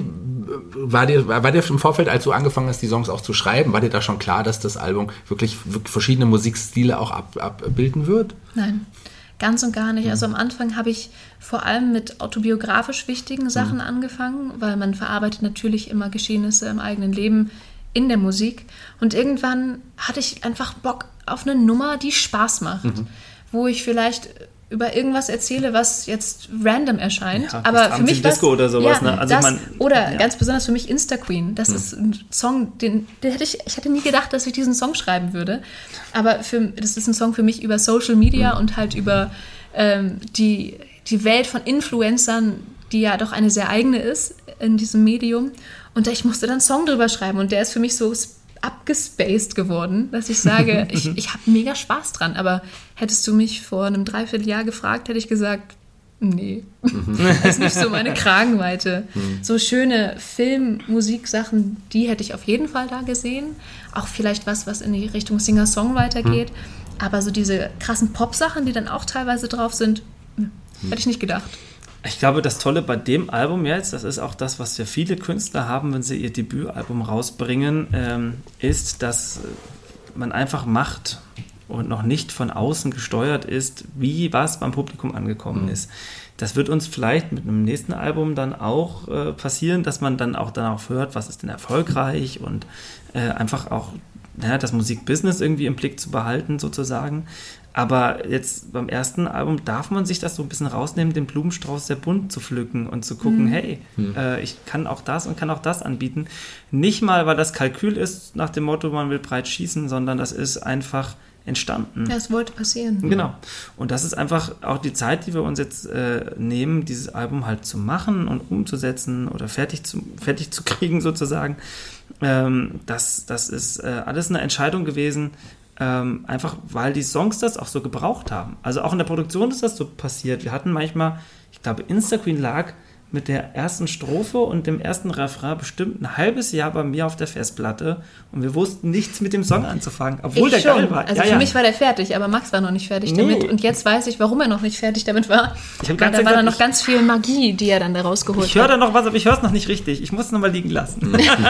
war dir, war dir im Vorfeld, als du angefangen hast, die Songs auch zu schreiben, war dir da schon klar, dass das Album wirklich, wirklich verschiedene Musikstile auch ab, abbilden wird? Nein, ganz und gar nicht. Also am Anfang habe ich vor allem mit autobiografisch wichtigen Sachen mhm. angefangen, weil man verarbeitet natürlich immer Geschehnisse im eigenen Leben in der Musik. Und irgendwann hatte ich einfach Bock auf eine Nummer, die Spaß macht, mhm. wo ich vielleicht über irgendwas erzähle, was jetzt random erscheint. Ja, aber für mich Disco oder sowas. Ja, ne? also das, man, oder ja. ganz besonders für mich Insta Queen. Das hm. ist ein Song, den, den hätte ich, ich hätte nie gedacht, dass ich diesen Song schreiben würde. Aber für, das ist ein Song für mich über Social Media hm. und halt über ähm, die, die Welt von Influencern, die ja doch eine sehr eigene ist in diesem Medium. Und ich musste dann einen Song drüber schreiben und der ist für mich so abgespaced geworden, dass ich sage, ich, ich habe mega Spaß dran, aber hättest du mich vor einem Dreivierteljahr gefragt, hätte ich gesagt, nee, das ist nicht so meine Kragenweite. So schöne Film-Musik-Sachen, die hätte ich auf jeden Fall da gesehen, auch vielleicht was, was in die Richtung Singer-Songwriter geht, aber so diese krassen Pop-Sachen, die dann auch teilweise drauf sind, hätte ich nicht gedacht. Ich glaube, das Tolle bei dem Album jetzt, das ist auch das, was ja viele Künstler haben, wenn sie ihr Debütalbum rausbringen, ähm, ist, dass man einfach macht und noch nicht von außen gesteuert ist, wie was beim Publikum angekommen mhm. ist. Das wird uns vielleicht mit einem nächsten Album dann auch äh, passieren, dass man dann auch darauf hört, was ist denn erfolgreich und äh, einfach auch ja, das Musikbusiness irgendwie im Blick zu behalten sozusagen. Aber jetzt beim ersten Album darf man sich das so ein bisschen rausnehmen, den Blumenstrauß sehr bunt zu pflücken und zu gucken, mhm. hey, mhm. Äh, ich kann auch das und kann auch das anbieten. Nicht mal, weil das Kalkül ist nach dem Motto, man will breit schießen, sondern das ist einfach entstanden. Ja, es wollte passieren. Genau. Und das ist einfach auch die Zeit, die wir uns jetzt äh, nehmen, dieses Album halt zu machen und umzusetzen oder fertig zu, fertig zu kriegen sozusagen. Ähm, das, das ist äh, alles eine Entscheidung gewesen, Ähm, einfach weil die Songs das auch so gebraucht haben. Also auch in der Produktion ist das so passiert. Wir hatten manchmal, ich glaube, Insta Queen lag mit der ersten Strophe und dem ersten Refrain bestimmt ein halbes Jahr bei mir auf der Festplatte und wir wussten nichts mit dem Song anzufangen, obwohl ich der schon. geil war. Also ja, für ja. mich war der fertig, aber Max war noch nicht fertig nee. damit und jetzt weiß ich, warum er noch nicht fertig damit war. Ich hab Weil ganz da war gesagt, dann noch ich, ganz viel Magie, die er dann da rausgeholt Ich höre hat. da noch was, aber ich höre es noch nicht richtig. Ich muss es nochmal liegen lassen.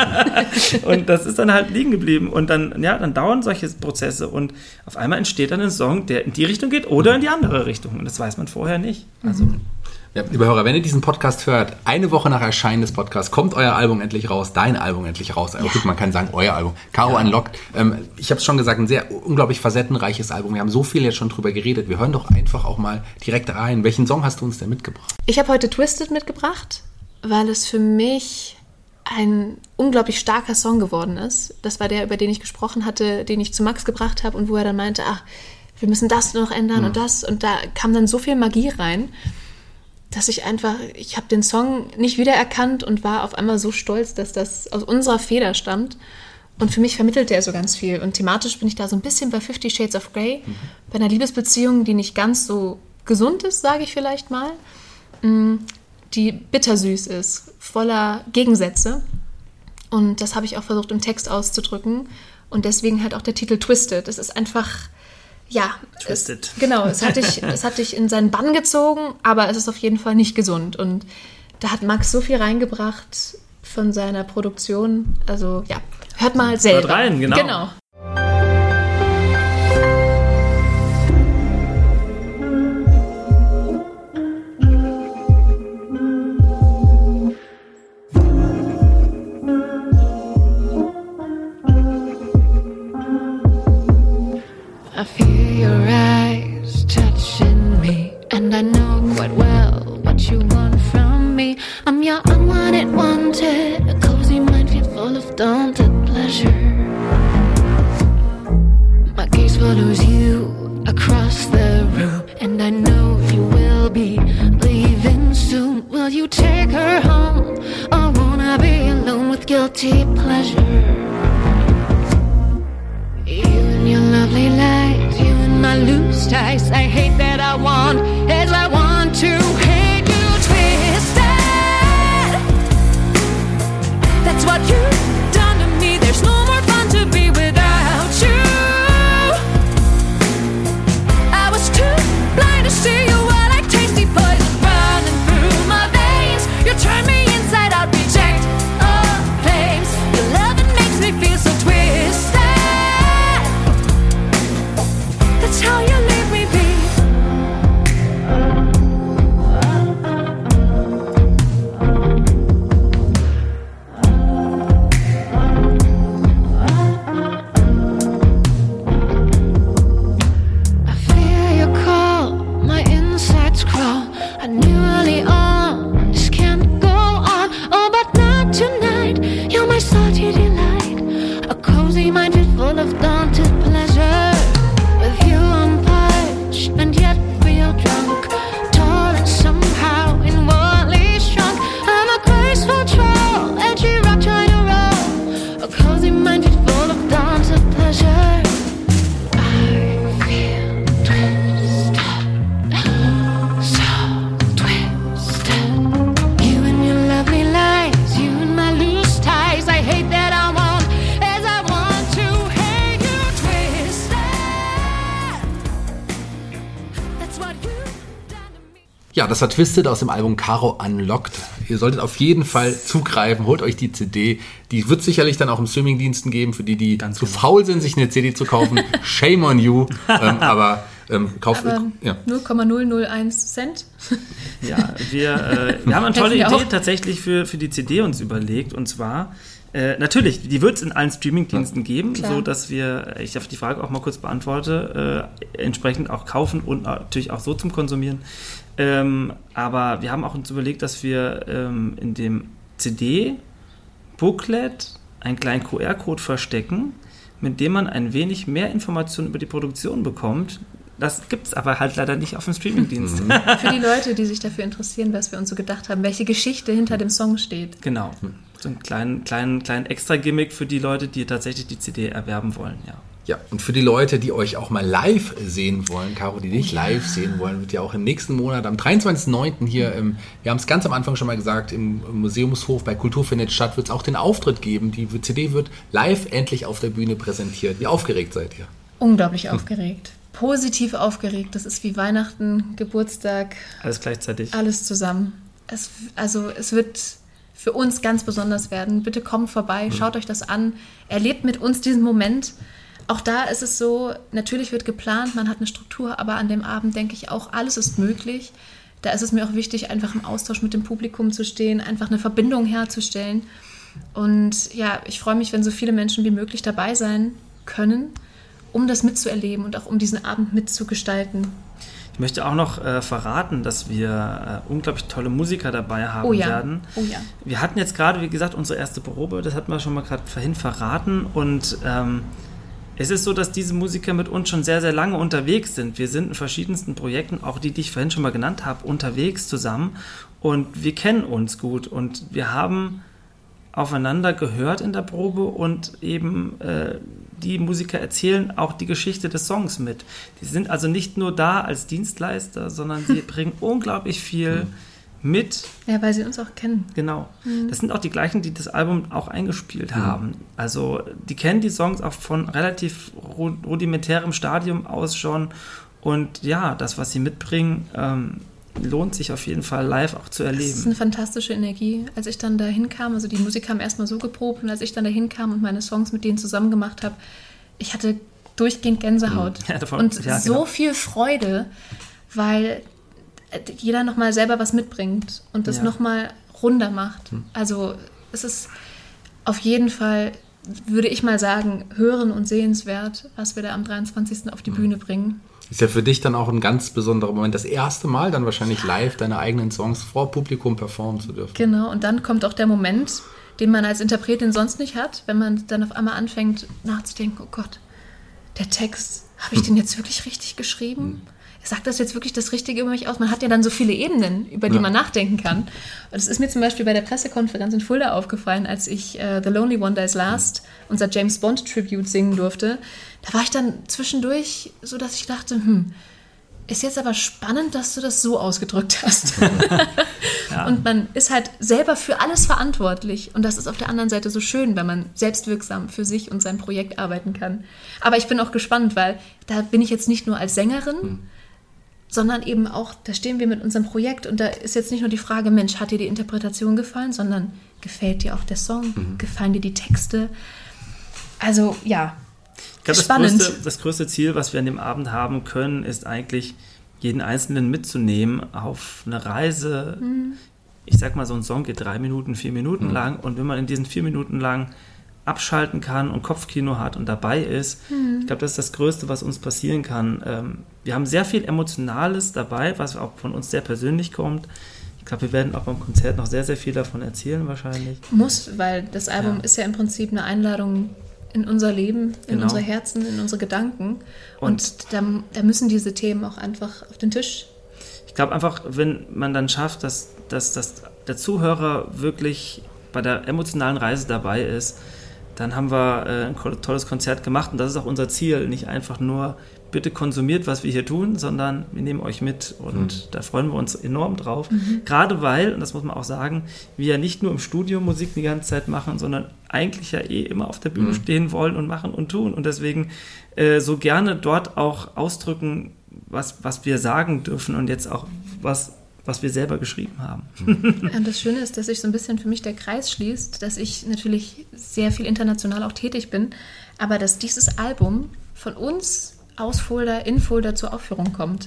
Und das ist dann halt liegen geblieben und dann, ja, dann dauern solche Prozesse und auf einmal entsteht dann ein Song, der in die Richtung geht oder in die andere Richtung und das weiß man vorher nicht. Also Ja, liebe Hörer, wenn ihr diesen Podcast hört, eine Woche nach Erscheinen des Podcasts, kommt euer Album endlich raus, dein Album endlich raus. Also, gut, man kann sagen, euer Album. Caro Ja. Unlocked. Ähm, ich habe es schon gesagt, ein sehr unglaublich facettenreiches Album. Wir haben so viel jetzt schon drüber geredet. Wir hören doch einfach auch mal direkt rein. Welchen Song hast du uns denn mitgebracht? Ich habe heute Twisted mitgebracht, weil es für mich ein unglaublich starker Song geworden ist. Das war der, über den ich gesprochen hatte, den ich zu Max gebracht habe und wo er dann meinte, ach, wir müssen das noch ändern mhm. und das. Und da kam dann so viel Magie rein, dass ich einfach, ich habe den Song nicht wiedererkannt und war auf einmal so stolz, dass das aus unserer Feder stammt. Und für mich vermittelt er so ganz viel. Und thematisch bin ich da so ein bisschen bei Fifty Shades of Grey, mhm. bei einer Liebesbeziehung, die nicht ganz so gesund ist, sage ich vielleicht mal, die bittersüß ist, voller Gegensätze. Und das habe ich auch versucht im Text auszudrücken. Und deswegen halt auch der Titel Twisted. Es ist einfach... Ja, Twisted. Es, genau, es hat, dich, es hat dich in seinen Bann gezogen, aber es ist auf jeden Fall nicht gesund. Und da hat Max so viel reingebracht von seiner Produktion. Also ja, hört mal selber. Hört rein, genau. genau. I feel your eyes touching me, and I know quite well what you want from me. I'm your unwanted, wanted, a cozy mind filled full of daunted pleasure. My gaze follows you across the room, and I know you will be leaving soon. Will you take her home, or wanna be alone with guilty pleasure? You and your lovely lies, you and my loose ties. I hate that I want, as I want to hate you twisted. That's what you've done to me. There's no more fun to be without you. I was too blind to see you, while like tasty poison running through my Ja, das war Twisted aus dem Album Caro Unlocked. Ihr solltet auf jeden Fall zugreifen, holt euch die C D. Die wird sicherlich dann auch im Streamingdiensten geben, für die, die Ganz zu genau. faul sind, sich eine C D zu kaufen. Shame on you. ähm, aber ähm, kauft... Aber Ja. null Komma null null eins Cent. Ja, wir, äh, wir haben eine tolle Helfen wir Idee auch. tatsächlich für, für die C D uns überlegt. Und zwar, äh, natürlich, die wird es in allen Streamingdiensten geben, Klar. so dass wir, ich auf die Frage auch mal kurz beantworte, äh, entsprechend auch kaufen und natürlich auch so zum Konsumieren. Ähm, aber wir haben auch uns überlegt, dass wir ähm, in dem C D-Booklet einen kleinen Q R-Code verstecken, mit dem man ein wenig mehr Informationen über die Produktion bekommt. Das gibt es aber halt leider nicht auf dem Streamingdienst. Für die Leute, die sich dafür interessieren, was wir uns so gedacht haben, welche Geschichte hinter dem Song steht. Genau. So einen kleinen, kleinen, kleinen Extra-Gimmick für die Leute, die tatsächlich die C D erwerben wollen, ja. Ja, und für die Leute, die euch auch mal live sehen wollen, Caro, die dich live sehen wollen, wird ja auch im nächsten Monat, am dreiundzwanzigsten neunten hier, im, wir haben es ganz am Anfang schon mal gesagt, im Museumshof bei Kultur findet statt, wird es auch den Auftritt geben. Die C D wird live endlich auf der Bühne präsentiert. Wie aufgeregt seid ihr? Unglaublich aufgeregt. Positiv aufgeregt. Das ist wie Weihnachten, Geburtstag, Alles gleichzeitig. alles zusammen. Es, also es wird für uns ganz besonders werden. Bitte kommt vorbei, schaut euch das an, erlebt mit uns diesen Moment. Auch da ist es so, natürlich wird geplant, man hat eine Struktur, aber an dem Abend denke ich auch, alles ist möglich. Da ist es mir auch wichtig, einfach im Austausch mit dem Publikum zu stehen, einfach eine Verbindung herzustellen. Und ja, ich freue mich, wenn so viele Menschen wie möglich dabei sein können, um das mitzuerleben und auch um diesen Abend mitzugestalten. Ich möchte auch noch äh, verraten, dass wir äh, unglaublich tolle Musiker dabei haben Oh ja, werden. oh ja. Wir hatten jetzt gerade, wie gesagt, unsere erste Probe, das hatten wir schon mal gerade vorhin verraten. Und ähm, es ist so, dass diese Musiker mit uns schon sehr, sehr lange unterwegs sind. Wir sind in verschiedensten Projekten, auch die, die ich vorhin schon mal genannt habe, unterwegs zusammen. Und wir kennen uns gut und wir haben aufeinander gehört in der Probe und eben äh, die Musiker erzählen auch die Geschichte des Songs mit. Die sind also nicht nur da als Dienstleister, sondern sie bringen unglaublich viel mit. Ja, weil sie uns auch kennen. Genau. Das sind auch die gleichen, die das Album auch eingespielt haben. Also die kennen die Songs auch von relativ rudimentärem Stadium aus schon. Und ja, das, was sie mitbringen, ähm, lohnt sich auf jeden Fall live auch zu Das ist erleben. eine fantastische Energie. Als ich dann dahin kam, also die Musiker haben erstmal so geprobt und als ich dann dahin kam und meine Songs mit denen zusammen gemacht habe, ich hatte durchgehend Gänsehaut Ja, davon- und ja, so genau. viel Freude, weil jeder nochmal selber was mitbringt und das Ja. nochmal runder macht. Also es ist auf jeden Fall, würde ich mal sagen, hören und sehenswert, was wir da am dreiundzwanzigsten auf die Bühne bringen. Ist ja für dich dann auch ein ganz besonderer Moment, das erste Mal dann wahrscheinlich live deine eigenen Songs vor Publikum performen zu dürfen. Genau, und dann kommt auch der Moment, den man als Interpretin sonst nicht hat, wenn man dann auf einmal anfängt nachzudenken, oh Gott, der Text, habe ich den jetzt wirklich richtig geschrieben? Sagt das jetzt wirklich das Richtige über mich aus? Man hat ja dann so viele Ebenen, über die Ja. man nachdenken kann. Und das ist mir zum Beispiel bei der Pressekonferenz in Fulda aufgefallen, als ich äh, The Lonely One Dies Last, unser James Bond Tribute singen durfte. Da war ich dann zwischendurch so, dass ich dachte, hm, ist jetzt aber spannend, dass du das so ausgedrückt hast. Ja. Und man ist halt selber für alles verantwortlich. Und das ist auf der anderen Seite so schön, wenn man selbstwirksam für sich und sein Projekt arbeiten kann. Aber ich bin auch gespannt, weil da bin ich jetzt nicht nur als Sängerin, hm. sondern eben auch, da stehen wir mit unserem Projekt und da ist jetzt nicht nur die Frage, Mensch, hat dir die Interpretation gefallen, sondern gefällt dir auch der Song? Mhm. Gefallen dir die Texte? Also, ja, Ich glaube, das spannend. größte, das größte Ziel, was wir an dem Abend haben können, ist eigentlich, jeden Einzelnen mitzunehmen auf eine Reise. Mhm. Ich sag mal, so ein Song geht drei Minuten, vier Minuten mhm. lang und wenn man in diesen vier Minuten lang abschalten kann und Kopfkino hat und dabei ist, mhm. ich glaube, das ist das Größte, was uns passieren kann. Ähm, wir haben sehr viel Emotionales dabei, was auch von uns sehr persönlich kommt. Ich glaube, wir werden auch beim Konzert noch sehr, sehr viel davon erzählen wahrscheinlich. Muss, weil das Album Ja. ist ja im Prinzip eine Einladung in unser Leben, in Genau. unsere Herzen, in unsere Gedanken. Und, Und da, da müssen diese Themen auch einfach auf den Tisch. Ich glaube einfach, wenn man dann schafft, dass, dass, dass der Zuhörer wirklich bei der emotionalen Reise dabei ist, dann haben wir äh, ein tolles Konzert gemacht und das ist auch unser Ziel. Nicht einfach nur, bitte konsumiert, was wir hier tun, sondern wir nehmen euch mit und mhm. da freuen wir uns enorm drauf. Mhm. Gerade weil, und das muss man auch sagen, wir ja nicht nur im Studio Musik die ganze Zeit machen, sondern eigentlich ja eh immer auf der Bühne mhm. stehen wollen und machen und tun und deswegen äh, so gerne dort auch ausdrücken, was, was wir sagen dürfen und jetzt auch was was wir selber geschrieben haben. Und das Schöne ist, dass sich so ein bisschen für mich der Kreis schließt, dass ich natürlich sehr viel international auch tätig bin, aber dass dieses Album von uns aus Fulda in Fulda zur Aufführung kommt.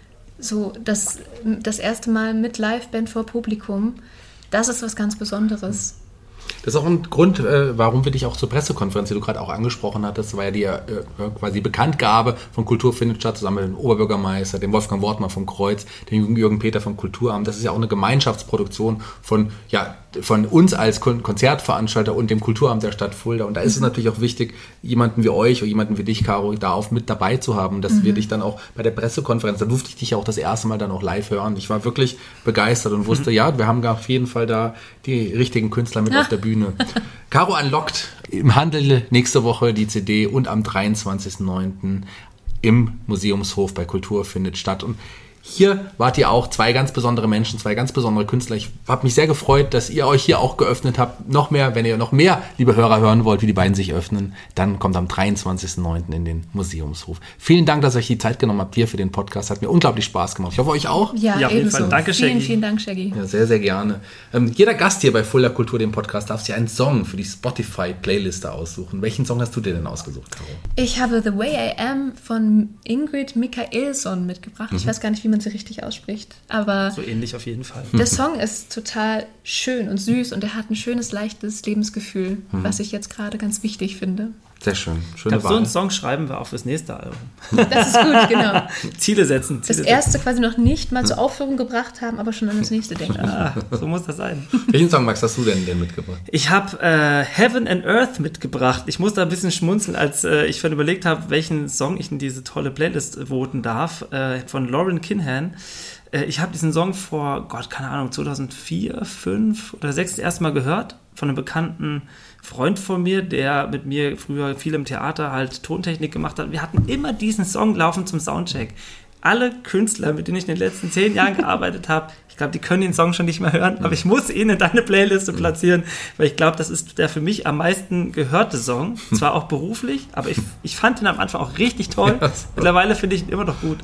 So, das, das erste Mal mit Liveband vor Publikum, das ist was ganz Besonderes. Das ist auch ein Grund, äh, warum wir dich auch zur Pressekonferenz, die du gerade auch angesprochen hattest, war ja die äh, quasi Bekanntgabe von Kultur findet statt, zusammen mit dem Oberbürgermeister, dem Wolfgang Wortmann vom Kreuz, dem Jürgen Peter vom Kulturamt. Das ist ja auch eine Gemeinschaftsproduktion von, ja, von uns als Kon- Konzertveranstalter und dem Kulturamt der Stadt Fulda. Und da ist mhm. es natürlich auch wichtig, jemanden wie euch oder jemanden wie dich, Caro, da auch mit dabei zu haben, dass mhm. wir dich dann auch bei der Pressekonferenz, da durfte ich dich ja auch das erste Mal dann auch live hören. Ich war wirklich begeistert und wusste, mhm. ja, wir haben auf jeden Fall da die richtigen Künstler mit ja. auf der Bühne. Caro Unlocked im Handel nächste Woche die C D und am dreiundzwanzigsten neunten im Museumshof bei Kultur findet statt. Und hier wart ihr auch zwei ganz besondere Menschen, zwei ganz besondere Künstler. Ich habe mich sehr gefreut, dass ihr euch hier auch geöffnet habt. Noch mehr, wenn ihr noch mehr, liebe Hörer, hören wollt, wie die beiden sich öffnen, dann kommt am dreiundzwanzigsten neunten in den Museumshof. Vielen Dank, dass ihr euch die Zeit genommen habt hier für den Podcast. Hat mir unglaublich Spaß gemacht. Ich hoffe, euch auch. Ja, ja auf jeden ebenso. Fall. Danke, Shaggy. Vielen, vielen Dank, Shaggy. Ja, sehr, sehr gerne. Ähm, jeder Gast hier bei Fulda Kultur, dem Podcast, darf sich einen Song für die Spotify-Playliste aussuchen. Welchen Song hast du dir denn ausgesucht, Caro? Ich habe The Way I Am von Ingrid Michaelsson mitgebracht. Mhm. Ich weiß gar nicht, wie man sie richtig ausspricht. Aber so ähnlich auf jeden Fall. Der Song ist total schön und süß und er hat ein schönes, leichtes Lebensgefühl, mhm. was ich jetzt gerade ganz wichtig finde. Sehr schön. Schöne ich glaube, Wahl. so einen Song schreiben wir auch fürs nächste Album. Das ist gut, genau. Ziele setzen. Ziele das erste setzen. Quasi noch nicht mal zur Aufführung gebracht haben, aber schon an das nächste denken. Ah, so muss das sein. Welchen Song, Max, hast du denn, denn mitgebracht? Ich habe äh, Heaven and Earth mitgebracht. Ich musste ein bisschen schmunzeln, als äh, ich schon überlegt habe, welchen Song ich in diese tolle Playlist voten darf, äh, von Lauren Kinhan. Ich habe diesen Song vor, Gott, keine Ahnung, zweitausendvier, fünf oder sechs das erste Mal gehört von einem bekannten Freund von mir, der mit mir früher viel im Theater halt Tontechnik gemacht hat. Wir hatten immer diesen Song laufen zum Soundcheck. Alle Künstler, mit denen ich in den letzten zehn Jahren gearbeitet habe, ich glaube, die können den Song schon nicht mehr hören, aber ich muss ihn in deine Playliste platzieren, weil ich glaube, das ist der für mich am meisten gehörte Song. Zwar auch beruflich, aber ich, ich fand ihn am Anfang auch richtig toll. Mittlerweile finde ich ihn immer noch gut.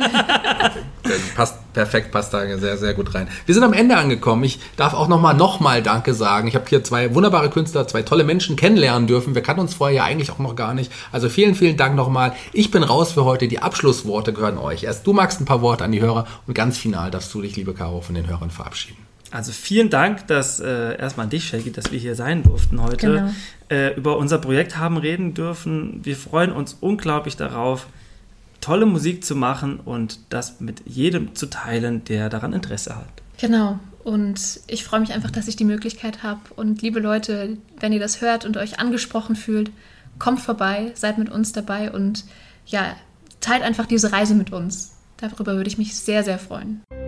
Passt perfekt, passt da sehr, sehr gut rein. Wir sind am Ende angekommen. Ich darf auch nochmal nochmal Danke sagen. Ich habe hier zwei wunderbare Künstler, zwei tolle Menschen kennenlernen dürfen. Wir kannten uns vorher ja eigentlich auch noch gar nicht. Also vielen, vielen Dank nochmal. Ich bin raus für heute. Die Abschlussworte gehören euch. Erst du magst ein paar Worte an die Hörer und ganz final darfst du dich, liebe Caro, von den Hörern verabschieden. Also vielen Dank, dass äh, erstmal an dich, Shaggy, dass wir hier sein durften heute, genau. äh, über unser Projekt haben reden dürfen. Wir freuen uns unglaublich darauf, tolle Musik zu machen und das mit jedem zu teilen, der daran Interesse hat. Genau. Und ich freue mich einfach, dass ich die Möglichkeit habe. Und liebe Leute, wenn ihr das hört und euch angesprochen fühlt, kommt vorbei, seid mit uns dabei und ja, teilt einfach diese Reise mit uns. Darüber würde ich mich sehr, sehr freuen.